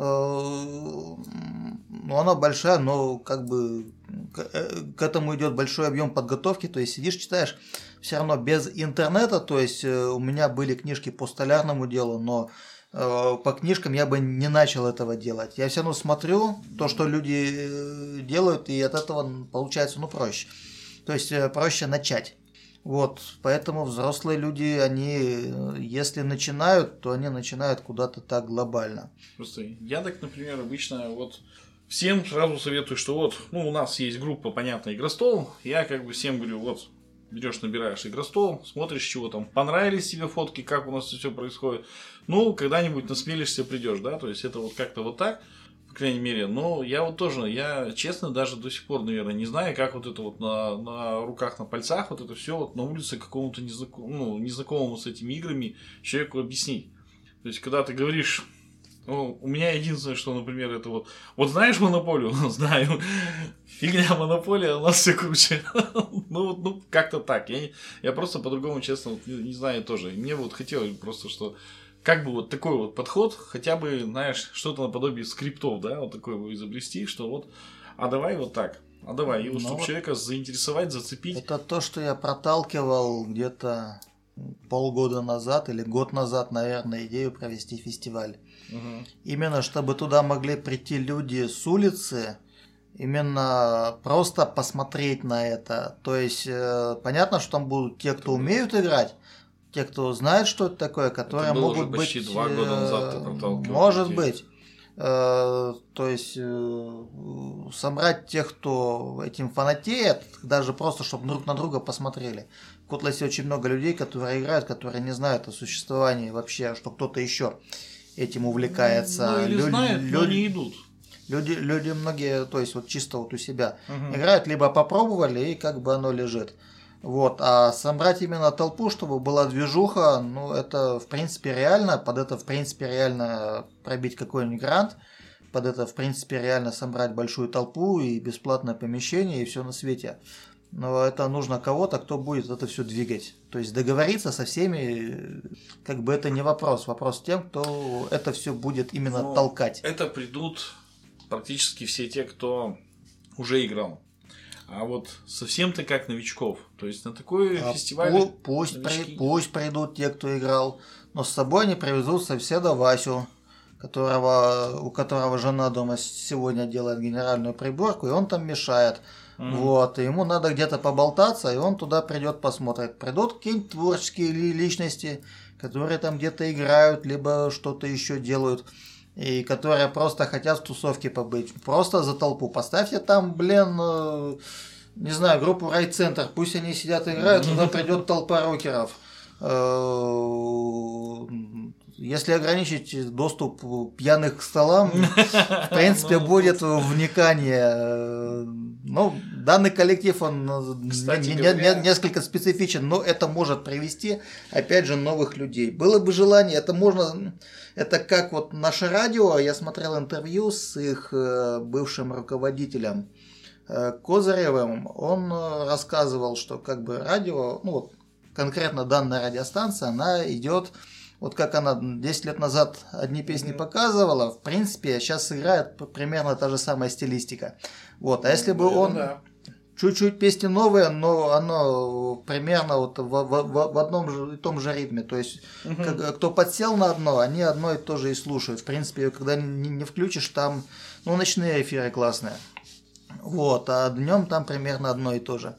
Угу. Ну, она большая, но как бы к этому идет большой объем подготовки, то есть сидишь, читаешь, все равно без интернета, то есть у меня были книжки по столярному делу, но по книжкам я бы не начал этого делать. Я все равно смотрю то, что люди делают, и от этого получается, ну, проще. То есть проще начать. Вот, поэтому взрослые люди, они, если начинают, то они начинают куда-то так глобально. Просто я так, например, обычно вот всем сразу советую, что вот, ну, у нас есть группа, понятно, Игростол. Я как бы всем говорю, вот, берешь, набираешь Игростол, смотришь, чего там, понравились тебе фотки, как у нас все происходит. Ну, когда-нибудь насмелишься, придешь, да, то есть это вот как-то вот так, по крайней мере. Но я вот тоже, я честно даже до сих пор, наверное, не знаю, как вот это вот на, на руках, на пальцах, вот это все вот на улице какому-то незнаком, ну, незнакомому с этими играми человеку объяснить. То есть, когда ты говоришь... Ну, у меня единственное, что, например, это вот... Вот знаешь Монополию? Знаю. Фигня Монополия, у нас все круче. Ну, вот, ну, как-то так. Я, я просто по-другому, честно, вот, не, не знаю тоже. И мне вот хотелось просто, что... Как бы вот такой вот подход, хотя бы, знаешь, что-то наподобие скриптов, да, вот такое бы изобрести, что вот... А давай вот так. А давай. И вот, чтобы вот человека заинтересовать, зацепить. Это то, что я проталкивал где-то полгода назад или год назад, наверное, идею провести фестиваль. Угу. Именно чтобы туда могли прийти люди с улицы, именно просто посмотреть на это. То есть э, понятно, что там будут те, кто умеют играть, те, кто знает, что это такое, которые это было могут уже почти быть. Два года назад ты проталкивал. Может людей. Быть. Э, то есть э, собрать тех, кто этим фанатеет, даже просто, чтобы друг на друга посмотрели. В Котласе очень много людей, которые играют, которые не знают о существовании вообще, что кто-то еще этим увлекается. Ну, или люди, знают, люди, но не идут. Люди, люди многие, то есть вот чисто вот у себя угу. играют, либо попробовали, и как бы оно лежит. Вот. А собрать именно толпу, чтобы была движуха, ну это в принципе реально, под это в принципе реально пробить какой-нибудь грант, под это в принципе реально собрать большую толпу и бесплатное помещение, и все на свете. Но это нужно кого-то, кто будет это все двигать. То есть договориться со всеми, как бы это не вопрос. Вопрос тем, кто это все будет именно ну, толкать. Это придут практически все те, кто уже играл. А вот совсем-то как новичков. То есть на такой а фестиваль... Пусть, при, пусть придут те, кто играл. Но с собой они привезут соседа Васю, которого, у которого жена дома сегодня делает генеральную приборку, и он там мешает. Mm-hmm. Вот, и ему надо где-то поболтаться, и он туда придет, посмотрит. Придут какие-нибудь творческие личности, которые там где-то играют, либо что-то еще делают, и которые просто хотят в тусовке побыть. Просто за толпу. Поставьте там, блин, не знаю, группу Райцентр, пусть они сидят и играют, туда придет толпа рокеров. Если ограничить доступ пьяных к столам, в принципе, будет вникание. Ну, данный коллектив, он Кстати, не, говоря... не, несколько специфичен, но это может привести, опять же, новых людей. Было бы желание, это можно, это как вот наше радио, я смотрел интервью с их бывшим руководителем Козыревым, он рассказывал, что как бы радио, ну вот конкретно данная радиостанция, она идет, вот как она десять лет назад одни песни mm-hmm. показывала, в принципе, сейчас играет примерно та же самая стилистика. Вот, а если бы mm-hmm. он yeah. чуть-чуть песни новые, но оно примерно вот в, в, в одном же, и том же ритме, то есть mm-hmm. как, кто подсел на одно, они одно и то же и слушают. В принципе, когда не, не включишь, там, ну, ночные эфиры классные. Вот, а днем там примерно одно и то же.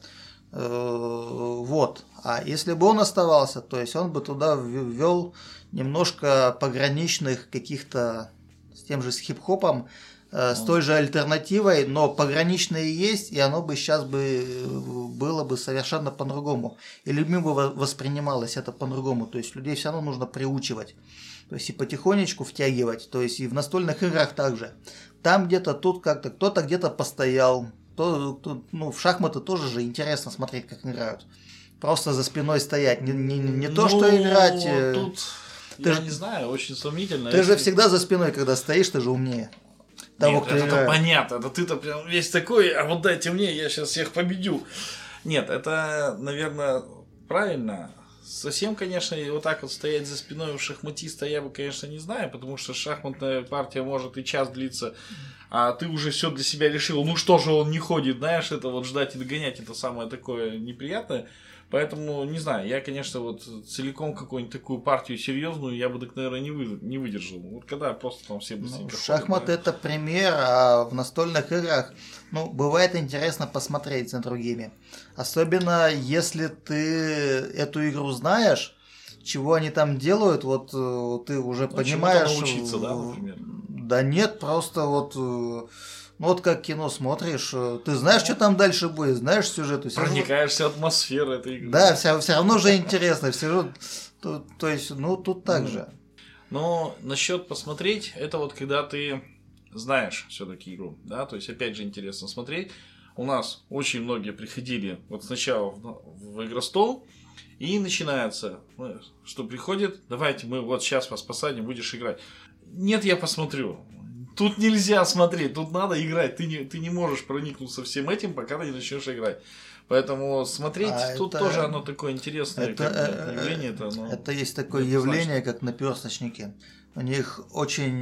Вот. А если бы он оставался, то есть он бы туда ввел немножко пограничных каких-то с тем же с хип-хопом, с той же альтернативой, но пограничные есть, и оно бы сейчас бы было бы совершенно по-другому. И людьми бы воспринималось это по-другому. То есть людей все равно нужно приучивать. То есть и потихонечку втягивать. То есть и в настольных играх также. Там где-то, тут как-то, кто-то где-то постоял. То, то, ну, в шахматы тоже же интересно смотреть, как играют. Просто за спиной стоять. Не, не, не то, ну, что играть. Тут, ты я же, не знаю, очень сомнительно. Ты если... же всегда за спиной, когда стоишь, ты же умнее. Того, Нет, это играет. Понятно. Это ты-то прям весь такой, а вот дайте мне, я сейчас всех победю. Нет, это, наверное, правильно. Совсем, конечно, вот так вот стоять за спиной у шахматиста я бы, конечно, не знаю, потому что шахматная партия может и час длиться, а ты уже все для себя решил, ну что же он не ходит, знаешь, это вот ждать и догонять, это самое такое неприятное. Поэтому, не знаю, я, конечно, вот целиком какую-нибудь такую партию серьезную я бы так, наверное, не, вы, не выдержал. Вот когда просто там все быстренько ну, шахмат да? Это пример, а в настольных играх, ну, бывает интересно посмотреть за другими. Особенно, если ты эту игру знаешь, чего они там делают, вот ты уже ну, понимаешь... научиться, да, например? Да нет, просто вот... Ну вот как кино смотришь, ты знаешь, что там дальше будет, знаешь сюжет. Проникаешься атмосферой этой игры. Да, все, все равно же интересно, все, то, то есть, ну тут так mm. же. Но насчет посмотреть, это вот когда ты знаешь все-таки игру, да, то есть опять же интересно смотреть. У нас очень многие приходили вот сначала в, в игростол, и начинается, что приходит, давайте мы вот сейчас вас посадим, будешь играть. Нет, я посмотрю. Тут нельзя смотреть, тут надо играть. Ты не, ты не можешь проникнуться всем этим, пока ты не начнешь играть. Поэтому смотреть, а тут это, тоже оно такое интересное это, как бы, явление. Это, оно, это есть такое явление, как наперсточники. У них очень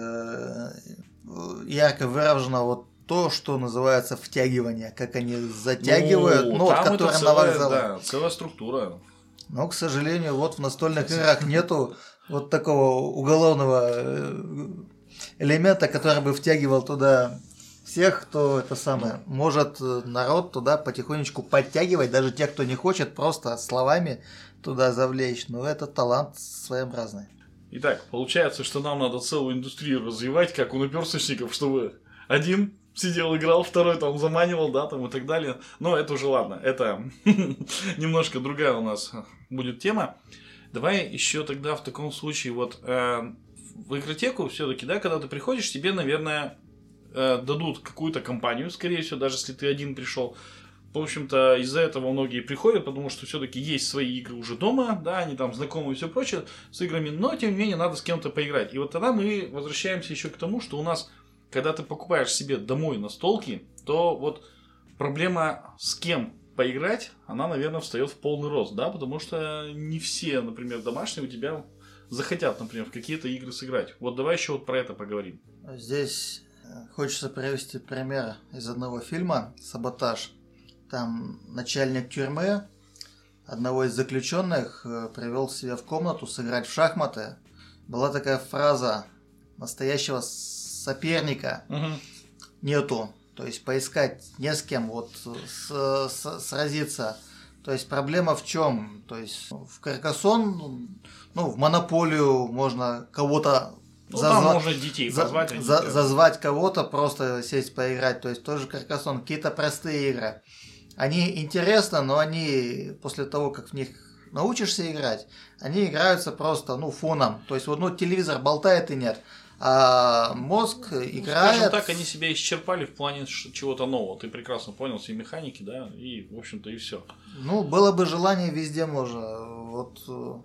э, ярко выражено вот то, что называется втягивание, как они затягивают, ну, ну вот, которые на вокзале. Да, целая структура. Но, к сожалению, вот в настольных играх нету вот такого уголовного элемента, который бы втягивал туда всех, кто это самое. Может народ туда потихонечку подтягивать, даже тех, кто не хочет, просто словами туда завлечь. Но это талант своеобразный. Итак, получается, что нам надо целую индустрию развивать, как у наперсточников, чтобы один сидел, играл, второй там заманивал, да, там и так далее. Но это уже ладно, это немножко другая у нас будет тема. Давай еще тогда в таком случае вот э, в игротеку все-таки, да, когда ты приходишь, тебе, наверное, э, дадут какую-то компанию, скорее всего, даже если ты один пришел. В общем-то, из-за этого многие приходят, потому что все-таки есть свои игры уже дома, да, они там знакомы и все прочее с играми, но тем не менее надо с кем-то поиграть. И вот тогда мы возвращаемся еще к тому, что у нас, когда ты покупаешь себе домой настолки, то вот проблема с кем поиграть, она, наверное, встает в полный рост, да, потому что не все, например, домашние у тебя захотят, например, в какие-то игры сыграть. Вот давай еще вот про это поговорим. Здесь хочется привести пример из одного фильма «Саботаж». Там начальник тюрьмы одного из заключенных привел себя в комнату сыграть в шахматы. Была такая фраза: настоящего соперника угу. нету. То есть поискать не с кем вот с, с, сразиться. То есть проблема в чем? То есть в Каркасон, ну в Монополию можно кого-то ну, зазва... там можно детей за... позвать, за... зазвать кого-то, просто сесть поиграть. То есть тоже Каркасон, какие-то простые игры. Они интересны, но они после того, как в них научишься играть, они играются просто, ну, фоном. То есть вот, ну, телевизор болтает и нет. А мозг ну, играет... Скажем так, они себя исчерпали в плане чего-то нового. Ты прекрасно понял все механики, да, и, в общем-то, и все. Ну, было бы желание, везде можно. Вот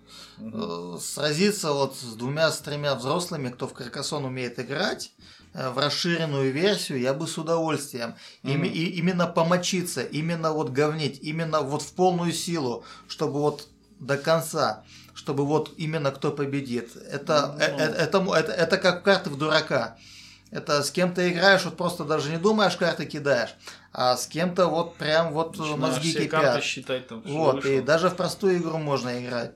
угу. сразиться вот с двумя, с тремя взрослыми, кто в Каркасон умеет играть, в расширенную версию, я бы с удовольствием. Mm-hmm. И, и, именно помочиться, именно вот говнить, именно вот в полную силу, чтобы вот до конца, чтобы вот именно кто победит. Это, mm-hmm. это, это, это, это как карты в дурака. Это с кем-то играешь, вот просто даже не думаешь, карты кидаешь, а с кем-то вот прям вот начинаешь мозги все кипят. Карты считать, там, вот, вышло. И даже в простую игру можно играть.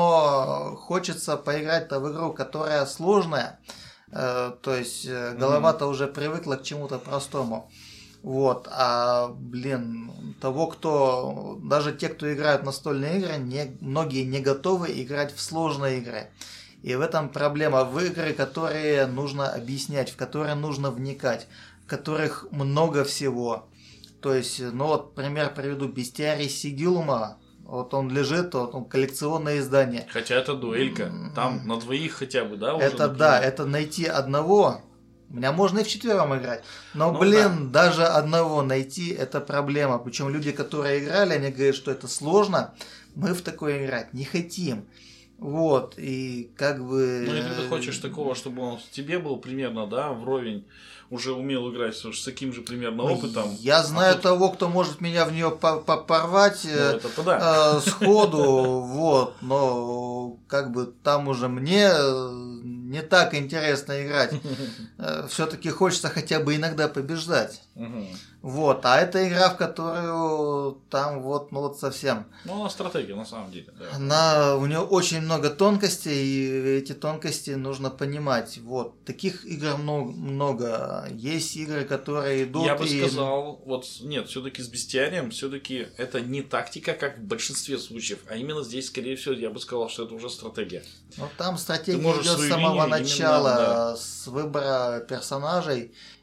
Но хочется поиграть-то в игру, которая сложная. То есть голова-то mm-hmm. уже привыкла к чему-то простому. Вот. А, блин, того, кто... Даже те, кто играют в настольные игры, не, многие не готовы играть в сложные игры. И в этом проблема. В игры, которые нужно объяснять, в которые нужно вникать, в которых много всего. То есть, ну вот, пример приведу. Бестиарий Сигилума. Вот он лежит, вот он коллекционное издание. Хотя это дуэлька. Там на двоих хотя бы, да? Уже, это например? Да, это найти одного. У меня можно и вчетвером играть. Но, ну, блин, да. даже одного найти это проблема. Причем люди, которые играли, они говорят, что это сложно. Мы в такое играть не хотим. Вот, и как бы... Ну, если ты хочешь такого, чтобы он тебе был примерно, да, вровень, уже умел играть с таким же примерно опытом. Я знаю а тут... того, кто может меня в нее порвать ну, э, э, сходу, вот, но как бы там уже мне не так интересно играть. Все-таки хочется хотя бы иногда побеждать. Вот, а это игра, в которую там вот, ну вот совсем. Ну, она стратегия, на самом деле. Да. Она, у нее очень много тонкостей, и эти тонкости нужно понимать. Вот, таких игр много. много. Есть игры, которые идут. Я бы и... сказал, вот нет, все-таки с бестиарием, все-таки это не тактика, как в большинстве случаев, а именно здесь, скорее всего, я бы сказал, что это уже стратегия. Ну, там стратегия идет с самого начала, именно, да. с выбора персонажей.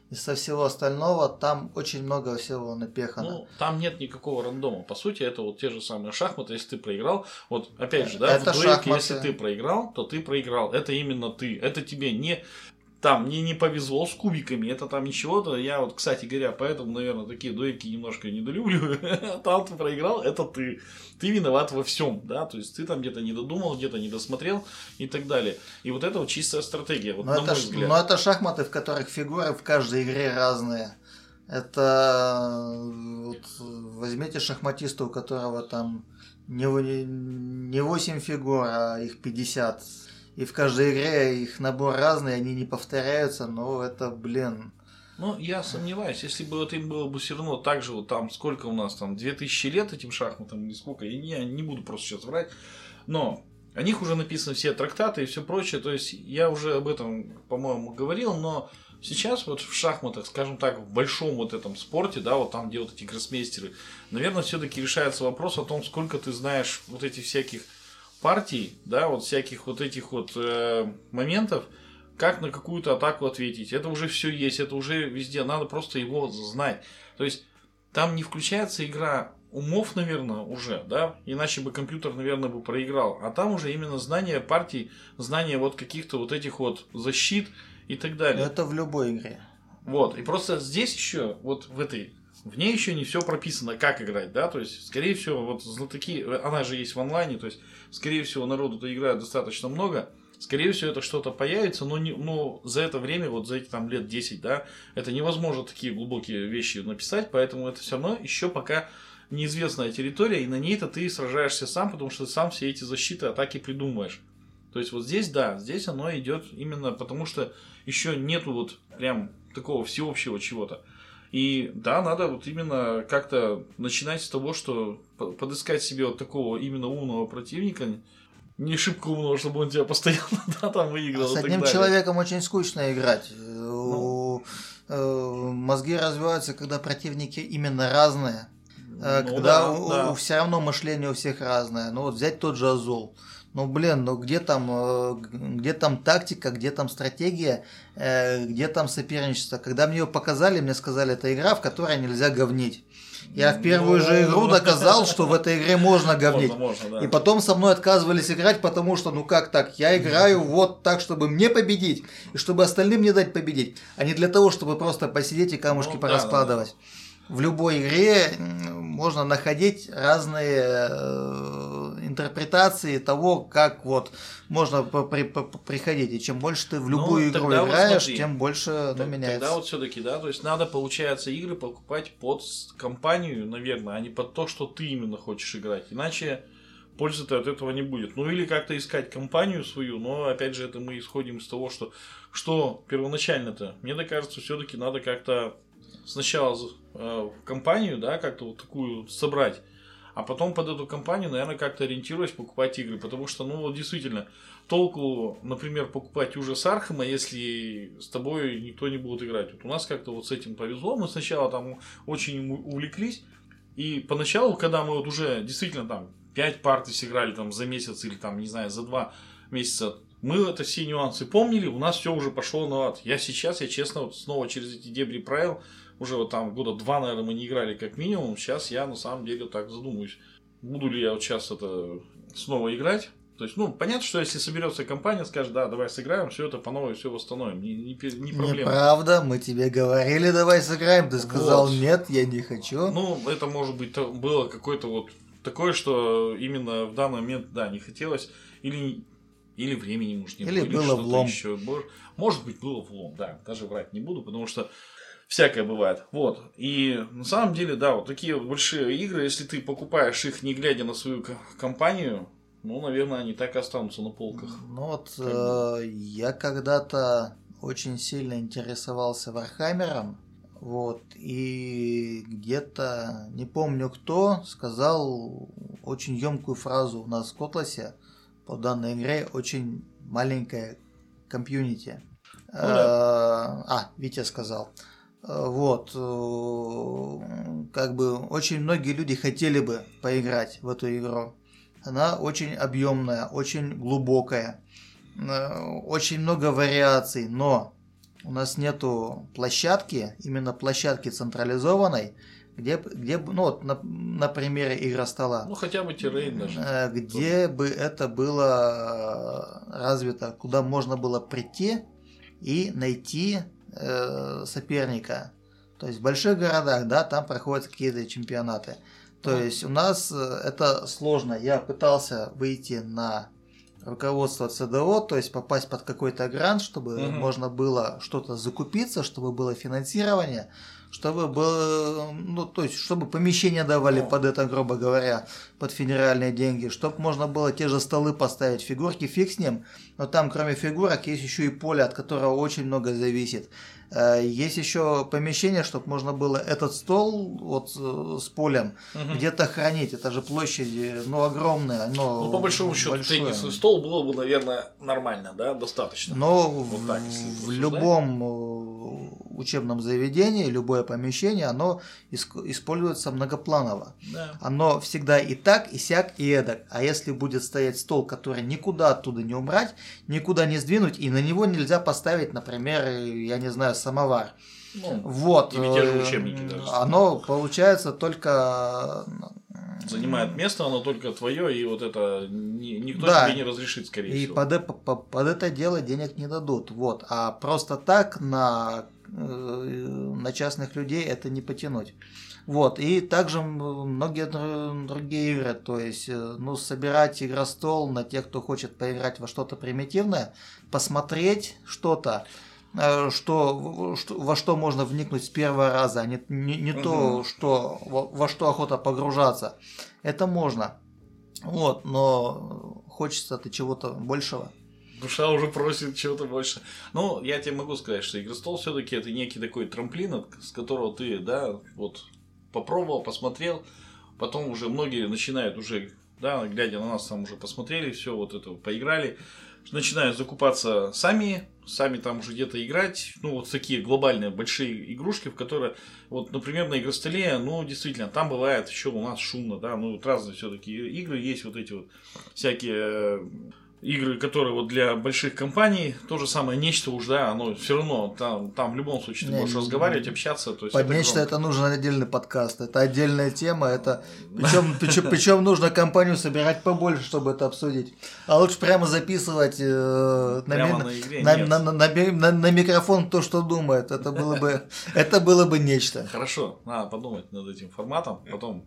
и со всего остального там очень много всего напехано. Ну, там нет никакого рандома. По сути, это вот те же самые шахматы, если ты проиграл. Вот, опять же, да, это в дуэльке, шахматы. Если ты проиграл, то ты проиграл. Это именно ты. Это тебе не... Там мне не повезло с кубиками, это там ничего-то. Я вот, кстати говоря, поэтому, наверное, такие дуэльки немножко недолюбливаю. Там ты проиграл, это ты. Ты виноват во всем, да, то есть ты там где-то не додумал, где-то не досмотрел и так далее. И вот это вот чистая стратегия, вот, но, на это, мой взгляд. но это шахматы, в которых фигуры в каждой игре разные. Это вот, возьмите шахматиста, у которого там не, не восемь фигур, а их пятьдесят. И в каждой игре их набор разный, они не повторяются, но это, блин... Ну, я сомневаюсь, если бы вот им было бы все равно так же, вот там, сколько у нас там, две тысячи лет этим шахматам, или сколько, я не, не буду просто сейчас врать, но о них уже написаны все трактаты и все прочее, то есть я уже об этом, по-моему, говорил, но сейчас вот в шахматах, скажем так, в большом вот этом спорте, да, вот там, где вот эти гроссмейстеры, наверное, все-таки решается вопрос о том, сколько ты знаешь вот этих всяких партий, да, вот всяких вот этих вот э, моментов, как на какую-то атаку ответить. Это уже все есть, это уже везде, надо просто его знать. То есть там не включается игра умов, наверное, уже, да, иначе бы компьютер, наверное, бы проиграл. А там уже именно знание партий, знание вот каких-то вот этих вот защит и так далее. Это в любой игре. Вот, и просто здесь еще, вот в этой, в ней еще не все прописано, как играть, да, то есть, скорее всего, вот знатоки, она же есть в онлайне, то есть, скорее всего, народу-то играет достаточно много, скорее всего, это что-то появится, но, не, но за это время, вот за эти там лет десять, да, это невозможно такие глубокие вещи написать, поэтому это все равно еще пока неизвестная территория, и на ней-то ты сражаешься сам, потому что ты сам все эти защиты, атаки придумываешь. То есть, вот здесь, да, здесь оно идет именно потому, что еще нету вот прям такого всеобщего чего-то. И да, надо вот именно как-то начинать с того, что подыскать себе вот такого именно умного противника, не шибко умного, чтобы он тебя постоянно да, там выиграл. А с одним человеком очень скучно играть. Ну, мозги развиваются, когда противники именно разные. Ну, когда да, у, да. У, все равно мышление у всех разное. Ну вот взять тот же Азул. Ну блин, ну где там, где там тактика, где там стратегия, где там соперничество. Когда мне ее показали, мне сказали, это игра, в которой нельзя говнить. Я в первую ну, же игру доказал, что в этой игре можно говнить. Можно, можно, да. И потом со мной отказывались играть, потому что, ну как так, я играю вот так, чтобы мне победить, и чтобы остальным не дать победить, а не для того, чтобы просто посидеть и камушки ну, пораскладывать. Да, да, да. В любой игре можно находить разные интерпретации того, как вот можно при, при, приходить. И чем больше ты в любую ну, игру играешь, вот смотри, тем больше оно меняется. Тогда вот все-таки, да, то есть надо, получается, игры покупать под компанию, наверное, а не под то, что ты именно хочешь играть. Иначе пользы-то от этого не будет. Ну или как-то искать компанию свою, но опять же это мы исходим из того, что что первоначально-то, мне кажется, все-таки надо как-то сначала э, компанию, да, как-то вот такую собрать, а потом под эту компанию, наверное, как-то ориентируясь покупать игры, потому что, ну, вот действительно, толку, например, покупать ужас Архема, если с тобой никто не будет играть. Вот у нас как-то вот с этим повезло, мы сначала там очень увлеклись, и поначалу, когда мы вот уже действительно там пять партий сыграли там за месяц или там, не знаю, за два месяца, мы это все нюансы помнили, у нас все уже пошло на лад. Я сейчас, я честно, вот снова через эти дебри правил, уже вот там года два, наверное, мы не играли как минимум. Сейчас я на самом деле так задумаюсь, буду ли я вот сейчас это снова играть. То есть, ну, понятно, что если соберется компания, скажет, да, давай сыграем, все это по новой, все восстановим. Не, не, не проблема. Неправда, мы тебе говорили, давай сыграем, ты сказал, вот. Нет, я не хочу. Ну, это может быть было какое-то вот такое, что именно в данный момент, да, не хотелось, или, или времени, может, не или было, или было влом. Еще. Может быть, было влом, да, даже врать не буду, потому что всякое бывает. Вот. И на самом деле, да, вот такие вот большие игры, если ты покупаешь их, не глядя на свою компанию, ну, наверное, они так и останутся на полках. Ну вот, э, я когда-то очень сильно интересовался Вархаммером, вот, и где-то, не помню кто, сказал очень емкую фразу: у нас в Котласе по данной игре очень маленькая комьюнити. Ну, да. э, а, Витя сказал. Вот, как бы очень многие люди хотели бы поиграть в эту игру. Она очень объемная, очень глубокая, очень много вариаций, но у нас нету площадки, именно площадки централизованной, где, где ну вот на, на примере игростола. Ну хотя бы террейн даже. Где бы это было развито, куда можно было прийти и найти э, соперника. То есть в больших городах, да, там проходят какие-то чемпионаты. То mm. есть у нас это сложно. Я пытался выйти на руководство ЦДО, то есть попасть под какой-то грант, чтобы mm-hmm. можно было что-то закупиться, чтобы было финансирование, чтобы было, ну, то есть, чтобы помещения давали oh. под это, грубо говоря, под федеральные деньги, чтобы можно было те же столы поставить, фигурки фиг с ним, но там кроме фигурок есть еще и поле, от которого очень много зависит. Есть еще помещение, чтобы можно было этот стол вот с полем угу. где-то хранить. Это же площади, ну, огромные. Но ну, по большому счету, большое. Теннисный стол было бы, наверное, нормально, да, достаточно. Но вот в, так, в любом учебном заведении, любое помещение, оно используется многопланово. Да. Оно всегда и так, и сяк, и эдак. А если будет стоять стол, который никуда оттуда не убрать, никуда не сдвинуть, и на него нельзя поставить, например, я не знаю, самовар. Ну, вот. Или те же учебники даже. Оно получается только... Занимает место, оно только твое, и вот это никто да. тебе не разрешит, скорее и всего. И под, под, под это дело денег не дадут. Вот. А просто так на, на частных людей это не потянуть. Вот. И также многие другие игры. То есть, ну, собирать игростол на тех, кто хочет поиграть во что-то примитивное, посмотреть что-то, Что, что, во что можно вникнуть с первого раза, а не, не, не угу. то, что, во, во что охота погружаться. Это можно. Вот, но хочется-то чего-то большего. Душа уже просит чего-то больше. Ну, я тебе могу сказать, что игростол все-таки это некий такой трамплин, с которого ты, да, вот попробовал, посмотрел, потом уже многие начинают уже, да, глядя на нас, там уже посмотрели, все вот это поиграли. Начинают закупаться сами, сами там уже где-то играть, ну, вот такие глобальные большие игрушки, в которые, вот, например, на игростоле, ну, действительно, там бывает еще у нас шумно, да, ну, вот разные все-таки игры, есть вот эти вот всякие игры, которые вот для больших компаний, то же самое нечто уж, да, оно все равно, там, там в любом случае ты можешь не, разговаривать, общаться. То есть под это нечто громко. Это нужен отдельный подкаст, это отдельная тема, это причем, причем, причем нужно компанию собирать побольше, чтобы это обсудить. А лучше прямо записывать э, прямо на, на, игре, на, на, на, на, на, на микрофон то, что думает. Это было бы, это было бы нечто. Хорошо, надо подумать над этим форматом, потом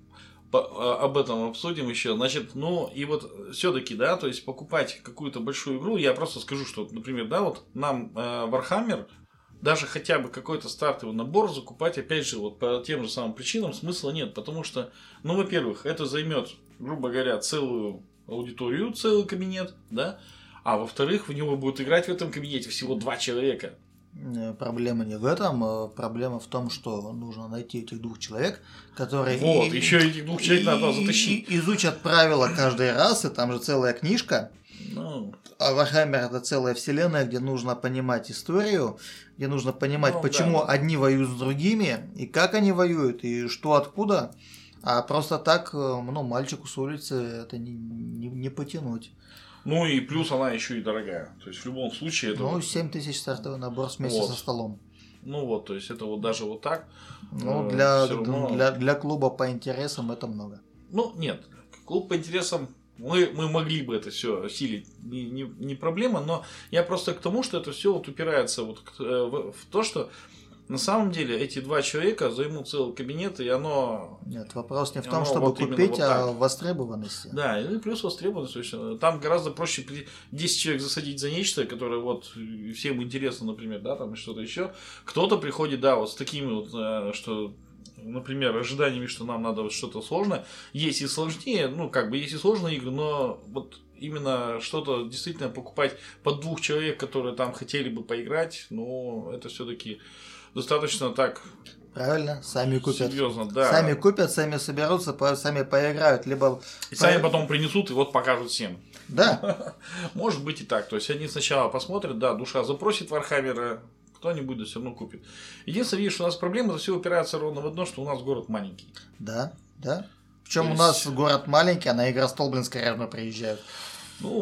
об этом обсудим еще. Значит, ну и вот все-таки, да, то есть покупать какую-то большую игру, я просто скажу, что, например, да, вот нам э, Warhammer, даже хотя бы какой-то стартовый набор закупать, опять же, вот по тем же самым причинам смысла нет, потому что, ну, во-первых, это займет, грубо говоря, целую аудиторию, целый кабинет, да, а во-вторых, в него будут играть в этом кабинете всего два человека. Проблема не в этом, проблема в том, что нужно найти этих двух человек, которые вот, и, еще этих двух человек надо затащить. И, изучат правила каждой расы, там же целая книжка. Ну, а Warhammer это целая вселенная, где нужно понимать историю, где нужно понимать, ну, почему да. одни воюют с другими, и как они воюют, и что откуда. А просто так, ну, мальчику с улицы это не, не, не потянуть. Ну и плюс она еще и дорогая. То есть в любом случае это. Ну, семь тысяч стартовый набор вместе вот. со столом. Ну вот, то есть это вот даже вот так. Ну, для, равно... для, для клуба по интересам это много. Ну, нет, клуб по интересам. Мы, мы могли бы это все осилить, не, не, не проблема, но я просто к тому, что это все вот упирается вот к, в, в то, что на самом деле эти два человека займут целый кабинет, и оно... Нет, вопрос не в том, чтобы вот купить, вот а в востребованности. Да, и плюс востребованность. То есть, там гораздо проще десять человек засадить за нечто, которое вот всем интересно, например, да, там что-то еще. Кто-то приходит, да, вот с такими вот, что, например, ожиданиями, что нам надо вот что-то сложное. Есть и сложнее, ну, как бы есть и сложные игры, но вот именно что-то действительно покупать под двух человек, которые там хотели бы поиграть, ну, это все-таки... достаточно так. Правильно, сами купят. Серьезно, да. Сами купят, сами соберутся, сами поиграют, либо. И сами потом принесут и вот покажут всем. Да. Может быть и так. То есть они сначала посмотрят, да, душа запросит Вархаммера, кто-нибудь да все равно купит. Единственное, видишь, у нас проблема, это все упирается ровно в одно, что у нас город маленький. Да, да. Причем есть... у нас город маленький, а на игростол, блин, скорее приезжают. Ну,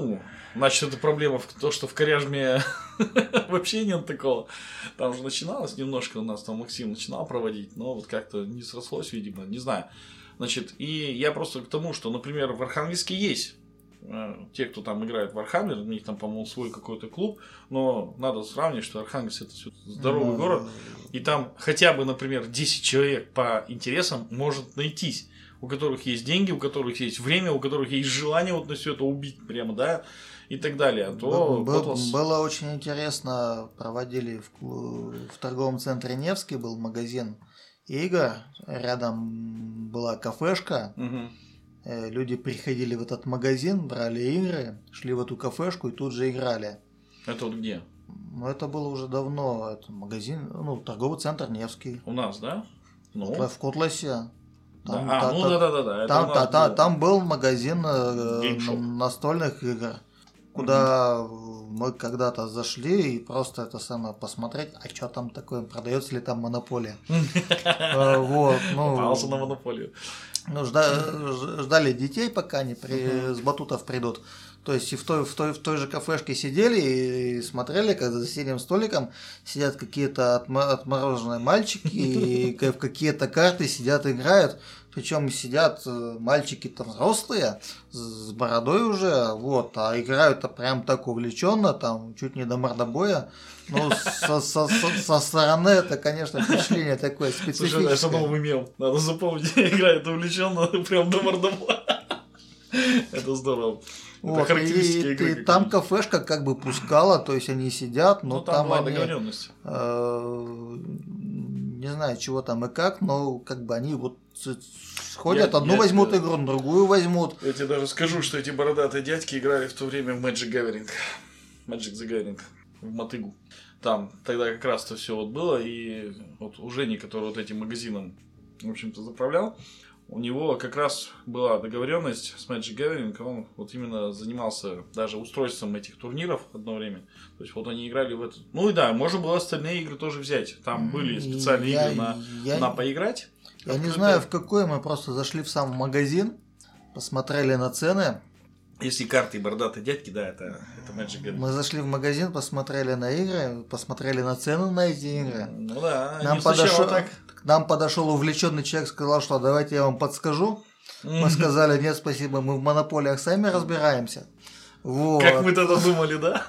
Значит, это проблема в том, что в Коряжме вообще нет такого. Там же начиналось немножко, у нас там Максим начинал проводить, но вот как-то не срослось, видимо, не знаю. Значит, и я просто к тому, что, например, в Архангельске есть э, те, кто там играет в Вархаммер, у них там, по-моему, свой какой-то клуб, но надо сравнивать, что Архангельск это здоровый город, и там хотя бы, например, десять человек по интересам может найтись, у которых есть деньги, у которых есть время, у которых есть желание вот на все это убить прямо, да, и так далее. А то Был, Котлас... Было очень интересно, проводили в, в торговом центре Невский, был магазин игр, рядом была кафешка, Угу. люди приходили в этот магазин, брали игры, шли в эту кафешку и тут же играли. Это вот где? Ну, это было уже давно, это магазин, ну, торговый центр Невский. У нас, да? Ну. В Котласе. Там, да. А, та, ну да, да, да, да. Там, та, та, там был магазин э, настольных игр, куда угу. мы когда-то зашли и просто это самое посмотреть, а что там такое, продается ли там монополия. Вот, ну. Попался на монополию. Ну, ждали детей, пока они с батутов придут. То есть и в той, в той, в той же кафешке сидели и смотрели, когда за соседним столиком сидят какие-то отмороженные мальчики и в какие-то карты сидят и играют. Причем сидят мальчики-то взрослые, с бородой уже, вот, а играют-то прям так увлеченно, там, чуть не до мордобоя. Ну, со, со, со, со стороны это, конечно, впечатление такое специфическое. Слушай, это новый мем, надо запомнить, играет увлеченно, прям до мордобоя. Это здорово. Вот, и, и, и там кафешка как бы пускала, то есть они сидят, но ну, там, там была они, договоренность. Э, не знаю, чего там и как, но как бы они вот сходят, я, одну я возьмут тебе, игру, другую возьмут. Я тебе даже скажу, что эти бородатые дядьки играли в то время в Magic Gathering. Magic the Gathering. В Мотыгу. Там тогда как раз-то все вот было, и вот у Жени, который вот этим магазином, в общем-то, заправлял, у него как раз была договоренность с Magic Gathering, он вот именно занимался даже устройством этих турниров одно время. То есть вот они играли в этот. Ну и да, можно было остальные игры тоже взять. Там были специальные я, игры на, я, на поиграть. Я открытые. Не знаю в какой, мы просто зашли в сам магазин, посмотрели на цены. Если карты и бородатые дядьки, да, это, это Magic Gathering. Мы зашли в магазин, посмотрели на игры, посмотрели на цены на эти игры. Ну да, нам подошел, так. К нам подошел увлеченный человек, сказал, что давайте я вам подскажу. Mm-hmm. Мы сказали, нет, спасибо, мы в монополиях сами разбираемся. Вот. Как мы тогда думали, да?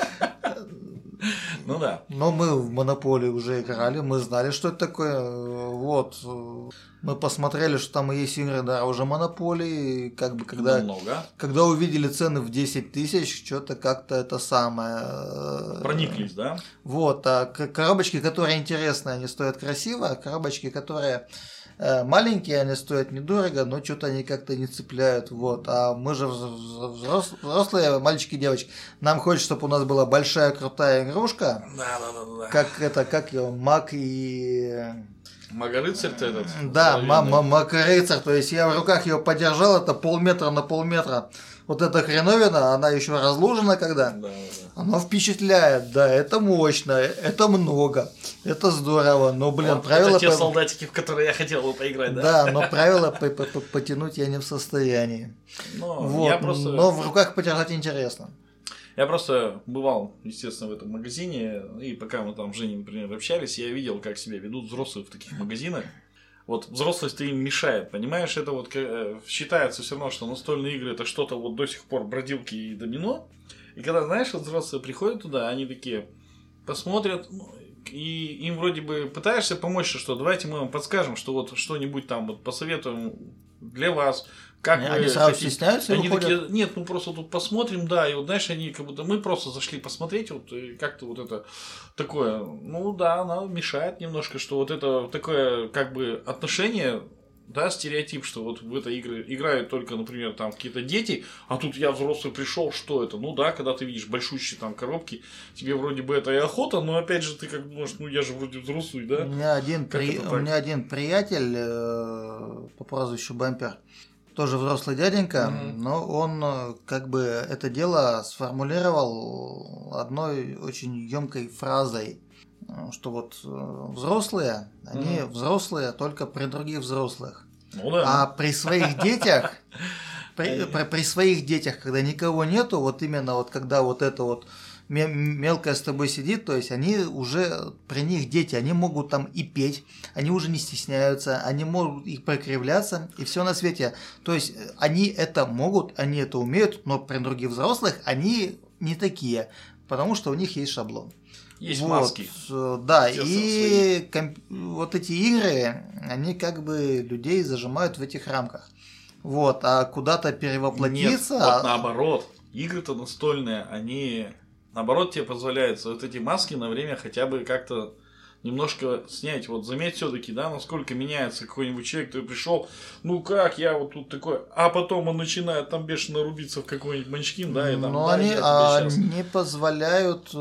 Ну да. Но мы в монополии уже играли, мы знали, что это такое. Вот. Мы посмотрели, что там есть игры дороже монополии. Как бы когда, когда увидели цены в десять тысяч, что-то как-то это самое. Прониклись, да? Вот. А коробочки, которые интересные, они стоят красиво, а коробочки, которые маленькие, они стоят недорого, но что-то они как-то не цепляют. Вот. А мы же взрослые мальчики и девочки. Нам хочется, чтобы у нас была большая крутая игрушка. Да, да, да, да. Как это, как его, Маг и... Мага-рыцарь-то этот? Да, Мага-рыцарь. То есть я в руках ее подержал, это полметра на полметра. Вот эта хреновина, она еще разложена когда. Да, да. Она впечатляет, да, это мощно, это много, это здорово. Но, блин, вот правила... Это те по... солдатики, в которые я хотел бы поиграть, да? Да, но правила потянуть я не в состоянии. Но, вот. я просто... но в руках подержать интересно. Я просто бывал, естественно, в этом магазине, и пока мы там с Женей, например, общались, я видел, как себя ведут взрослые в таких магазинах. Вот взрослость им мешает, понимаешь, это вот считается все равно, что настольные игры это что-то вот до сих пор бродилки и домино. И когда, знаешь, вот взрослые приходят туда, они такие посмотрят, и им вроде бы пытаешься помочь, что давайте мы вам подскажем, что вот что-нибудь там вот посоветуем для вас. Как они вы сразу хотите... стесняются они такие, нет, ну просто тут посмотрим, да, и вот знаешь, они как будто мы просто зашли посмотреть, вот и как-то вот это такое, ну да, она мешает немножко, что вот это такое как бы отношение, да, стереотип, что вот в это игры играют только, например, там какие-то дети, а тут я взрослый пришел, что это? Ну да, когда ты видишь большущие там коробки, тебе вроде бы это и охота, но опять же ты как думаешь, ну я же вроде взрослый, да? У меня один, при... У меня один приятель э, по прозвищу Бампер, тоже взрослый дяденька, mm-hmm. но он как бы это дело сформулировал одной очень емкой фразой, что вот взрослые, они mm-hmm. взрослые только при других взрослых, ну, да. а при своих детях при, при, при своих детях, когда никого нету, вот именно вот когда вот это вот мелкая с тобой сидит, то есть они уже, при них дети, они могут там и петь, они уже не стесняются, они могут и прокривляться, и все на свете. То есть они это могут, они это умеют, но при других взрослых они не такие, потому что у них есть шаблон. Есть вот, маски. Да, и комп... вот эти игры, они как бы людей зажимают в этих рамках. Вот, а куда-то перевоплотиться... Нет, вот наоборот, игры-то настольные, они... Наоборот, тебе позволяют вот эти маски на время хотя бы как-то немножко снять. Вот заметь все-таки, да, насколько меняется какой-нибудь человек, который пришел, ну как, я вот тут такой, а потом он начинает там бешено рубиться в какой-нибудь манчкин, да, и там, но да, они, я тебе сейчас... не позволяют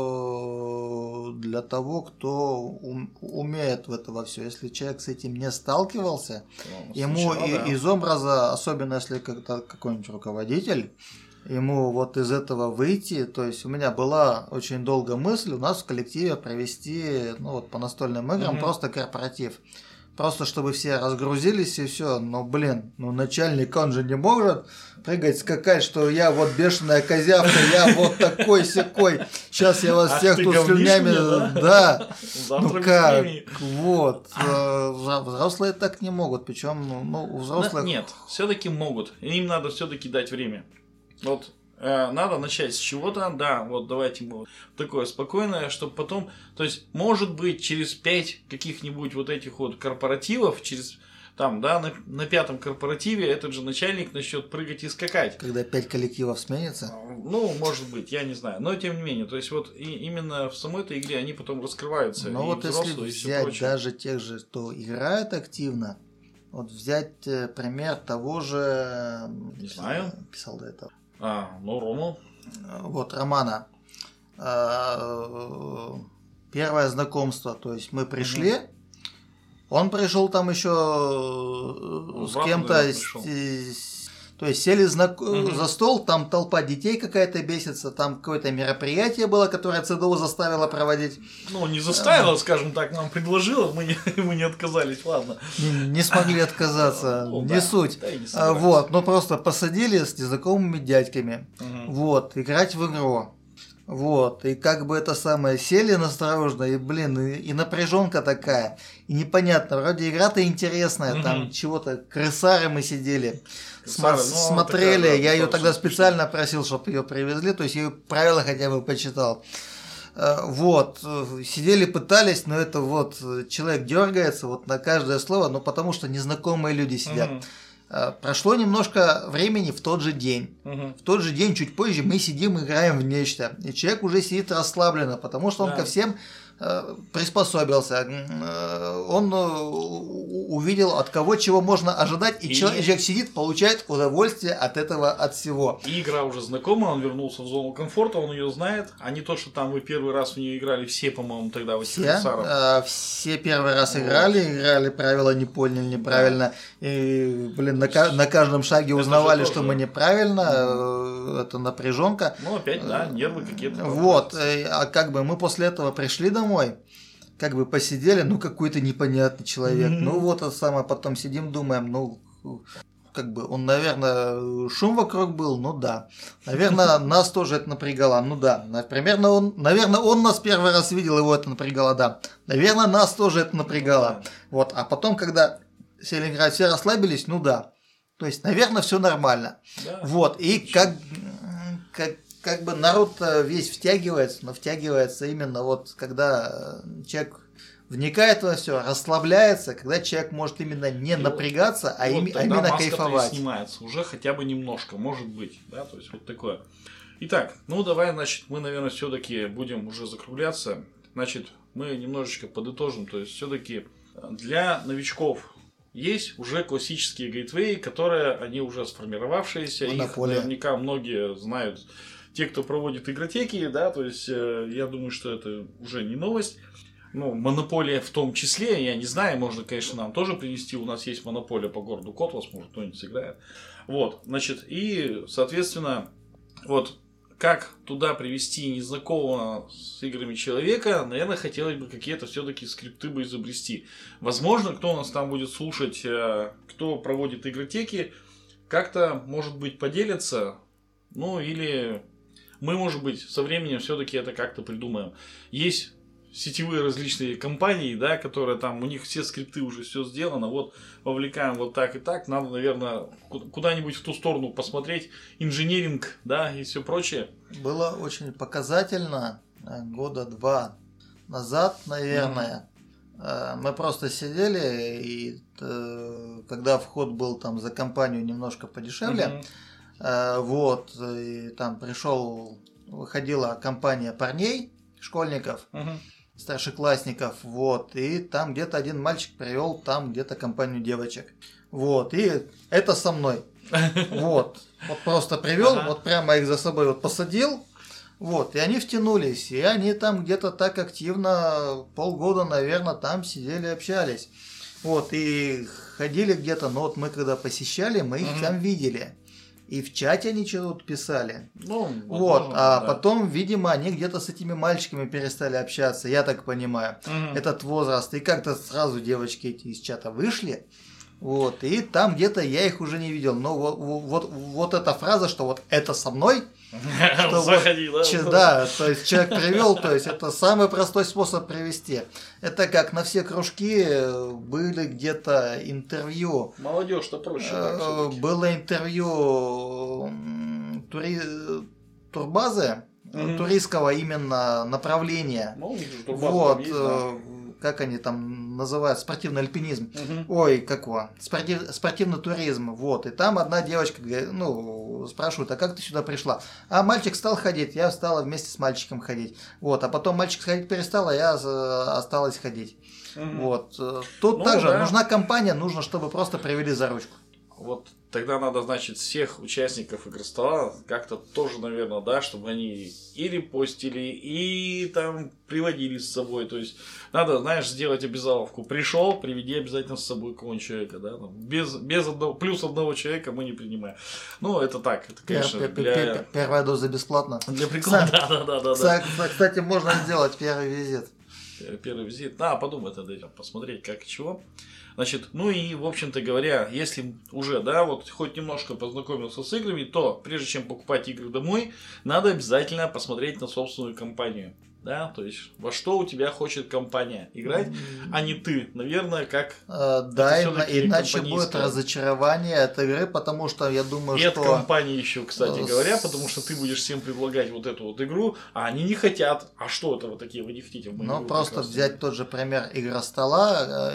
для того, кто ум, умеет в это во все. Если человек с этим не сталкивался, ну, ему и, да. из образа, особенно если когда какой-нибудь руководитель, ему вот из этого выйти, то есть у меня была очень долгая мысль у нас в коллективе провести, ну вот по настольным играм, mm-hmm. просто корпоратив. Просто чтобы все разгрузились и все. Но, блин, ну начальник, он же не может прыгать, скакать, что я вот бешеная козявка, я вот такой-сякой. Сейчас я вас всех тут слюнями... Да. Ну как? Вот. Взрослые так не могут. Причем, ну, у взрослых... Нет, все-таки могут. Им надо все-таки дать время. Вот э, надо начать с чего-то, да, вот давайте мы такое спокойное, чтобы потом, то есть, может быть, через пять каких-нибудь вот этих вот корпоративов, через там, да, на, на пятом корпоративе этот же начальник начнет прыгать и скакать. Когда пять коллективов сменится? Ну, может быть, я не знаю, но тем не менее, то есть, вот и, именно в самой этой игре они потом раскрываются. Ну, вот если взять даже тех же, кто играет активно, вот взять пример того же... Не знаю. Писал до этого. А, ну, Рому. Вот, Романа. Первое знакомство, то есть мы пришли, угу. он пришел там еще ну, с кем-то, то есть сели знак... угу. за стол, там толпа детей какая-то бесится, там какое-то мероприятие было, которое ЦДУ заставило проводить. Ну, не заставило, скажем так, нам предложило, мы не, мы не отказались, ладно. Не, не смогли отказаться, ну, не да, суть. Да, не вот, ну просто посадили с незнакомыми дядьками, угу. вот, играть в игру. Вот, и как бы это самое, сели насторожно, и, блин, и, и напряженка такая, и непонятно, вроде игра-то интересная, угу. там чего-то, крысары мы сидели, Сма- ну, смотрели, такая, да, я ее тогда специально просил, чтобы ее привезли, то есть я правила хотя бы почитал. Вот, сидели, пытались, но это вот, человек дергается вот на каждое слово, но потому что незнакомые люди сидят. Угу. Прошло немножко времени в тот же день. Угу. В тот же день, чуть позже, мы сидим, играем в нечто. И человек уже сидит расслабленно, потому что он да. ко всем э, приспособился. Э, он э, увидел, от кого чего можно ожидать, и, и человек сидит, получает удовольствие от этого, от всего. И игра уже знакома, он вернулся в зону комфорта, он ее знает, а не то, что там вы первый раз в нее играли, все, по-моему, тогда в этих все, э, все первый раз вот. играли, играли, правила не поняли неправильно. Да. И, блин, на, на каждом шаге узнавали, что мы неправильно, mm-hmm. это напряженка. Ну, опять, да, нервы какие-то. Вот, а как бы мы после этого пришли домой, как бы посидели, ну, какой-то непонятный человек. Mm-hmm. Ну, вот это самое, потом сидим, думаем, ну, как бы он, наверное, шум вокруг был, ну да. Наверное, нас тоже это напрягало, ну да. Примерно он, наверное, он нас первый раз видел, его это напрягало, да. Наверное, нас тоже это напрягало. Вот, а потом, когда сели играть, все расслабились, ну да. То есть, наверное, все нормально. Да. Вот, и как, как, как бы народ весь втягивается, но втягивается именно вот, когда человек вникает во все, расслабляется, когда человек может именно не и напрягаться, а, вот, им, а именно кайфовать. Снимается уже хотя бы немножко, может быть, да, то есть вот такое. Итак, ну давай, значит, мы, наверное, все-таки будем уже закругляться. Значит, мы немножечко подытожим, то есть все-таки для новичков есть уже классические гейтвеи, которые, они уже сформировавшиеся, Монополия. Их наверняка многие знают, те, кто проводит игротеки, да, то есть э, я думаю, что это уже не новость. Ну, монополия в том числе, я не знаю, можно, конечно, нам тоже принести, у нас есть монополия по городу Котлас, может, кто-нибудь сыграет. Вот, значит, и, соответственно, вот, как туда привести незнакомого с играми человека, наверное, хотелось бы какие-то все-таки скрипты бы изобрести. Возможно, кто у нас там будет слушать, кто проводит игротеки, как-то, может быть, поделятся, ну, или мы, может быть, со временем все-таки это как-то придумаем. Есть сетевые различные компании, да, которые там, у них все скрипты уже все сделано, вот вовлекаем вот так и так, надо, наверное, куда-нибудь в ту сторону посмотреть, инженеринг, да, и все прочее. Было очень показательно года два назад, наверное. Mm-hmm. Мы просто сидели, и когда вход был там за компанию немножко подешевле, mm-hmm. вот, и там пришел, выходила компания парней, школьников, mm-hmm. старшеклассников, вот, и там где-то один мальчик привел там где-то компанию девочек, вот, и это со мной, вот, вот просто привел, ага. вот прямо их за собой вот посадил, вот, и они втянулись, и они там где-то так активно полгода, наверное, там сидели, общались, вот, и ходили где-то, но вот мы когда посещали, мы их угу. там видели. И в чате они что-то писали. Ну, вот, возможно, а да. потом, видимо, они где-то с этими мальчиками перестали общаться, я так понимаю, угу. этот возраст. И как-то сразу девочки эти из чата вышли. Вот, и там где-то я их уже не видел. Но вот, вот, вот эта фраза, что вот это со мной. Заходи, вот, да? Да, то есть человек привел, то есть это самый простой способ привести. Это как на все кружки были где-то интервью. Молодежь-то проще. Было интервью тури... турбазы, mm-hmm. туристского именно направления. Ну, вот, есть, да. Как они там называют, спортивный альпинизм. Угу. Ой, как его? Спортив, спортивный туризм. Вот. И там одна девочка, ну, спрашивает, а как ты сюда пришла? А мальчик стал ходить, я стала вместе с мальчиком ходить. Вот. А потом мальчик ходить перестал, а я осталась ходить. Угу. Вот. Тут ну, также да. нужна компания, нужно, чтобы просто привели за ручку. Вот тогда надо, значит, всех участников игростола как-то тоже, наверное, да, чтобы они и репостили, и там приводили с собой. То есть надо, знаешь, сделать обязаловку. Пришел, приведи обязательно с собой какого-нибудь человека, да. Без, без одного, плюс одного человека мы не принимаем. Ну, это так, это, конечно, Пер, для... пер, первая доза бесплатно. Для прикола, да, да, да, да, да. Кстати, можно сделать первый визит. Первый визит. Да, подумай тогда, посмотреть, как и чего. Значит, ну и, в общем-то говоря, если уже, да, вот хоть немножко познакомился с играми, то прежде чем покупать игры домой, надо обязательно посмотреть на собственную компанию. Да, то есть во что у тебя хочет компания играть, mm-hmm. а не ты, наверное, как... Uh, да, и, иначе будет разочарование от игры, потому что я думаю, и что... И от компании еще, кстати говоря, потому что ты будешь всем предлагать вот эту вот игру, а они не хотят. А что это вы такие, вы не хотите? Ну, просто прекрасно. Взять тот же пример Игростола,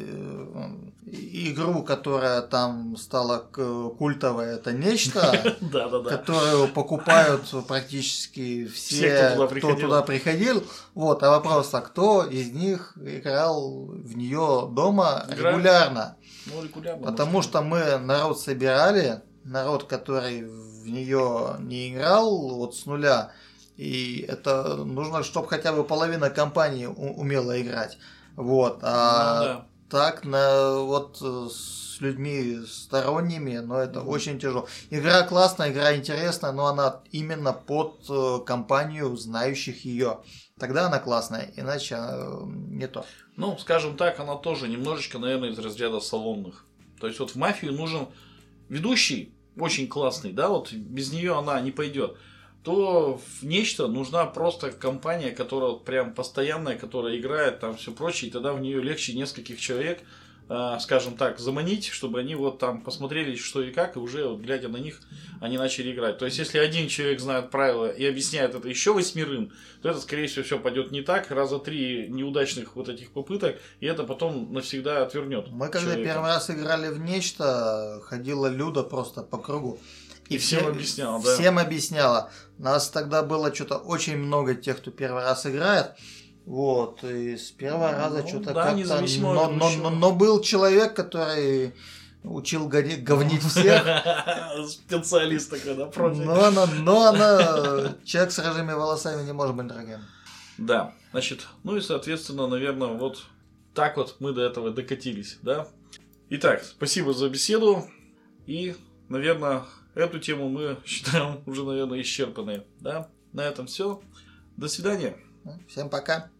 игру, которая там стала культовой, это нечто, которую покупают практически все, кто туда приходил. Ходил, вот, а вопрос, а кто из них играл в нее дома регулярно? Ну, регулярно. Потому что мы народ собирали, народ, который в нее не играл вот с нуля, и это нужно, чтобы хотя бы половина компании умела играть. Вот, а ну, да. так на вот с людьми сторонними, но это mm-hmm. очень тяжело. Игра классная, игра интересная, но она именно под компанию знающих ее. Тогда она классная, иначе она не то. Ну, скажем так, она тоже немножечко, наверное, из разряда салонных. То есть вот в мафию нужен ведущий, очень классный, да, вот без нее она не пойдет. То в нечто нужна просто компания, которая прям постоянная, которая играет, там все прочее, и тогда в нее легче нескольких человек, э, скажем так, заманить, чтобы они вот там посмотрели, что и как, и уже вот, глядя на них, они начали играть. То есть, если один человек знает правила и объясняет это еще восьмерым, то это, скорее всего, все пойдет не так, раза три неудачных вот этих попыток, и это потом навсегда отвернет. Мы когда человека. Первый раз играли в нечто, ходила Люда просто по кругу. И, и всем все, объясняла, да. Всем объясняла. Нас тогда было что-то очень много тех, кто первый раз играет. Вот. И с первого ну, раза что-то да, как-то... Но, но, но, но был человек, который учил гони, говнить всех. Специалист такой, да, против. Но она, но она... Человек с рыжими волосами не может быть дорогим. Да. Значит, ну и, соответственно, наверное, вот так вот мы до этого докатились, да. Итак, спасибо за беседу. И, наверное... Эту тему мы считаем уже, наверное, исчерпанной. Да? На этом все. До свидания. Всем пока.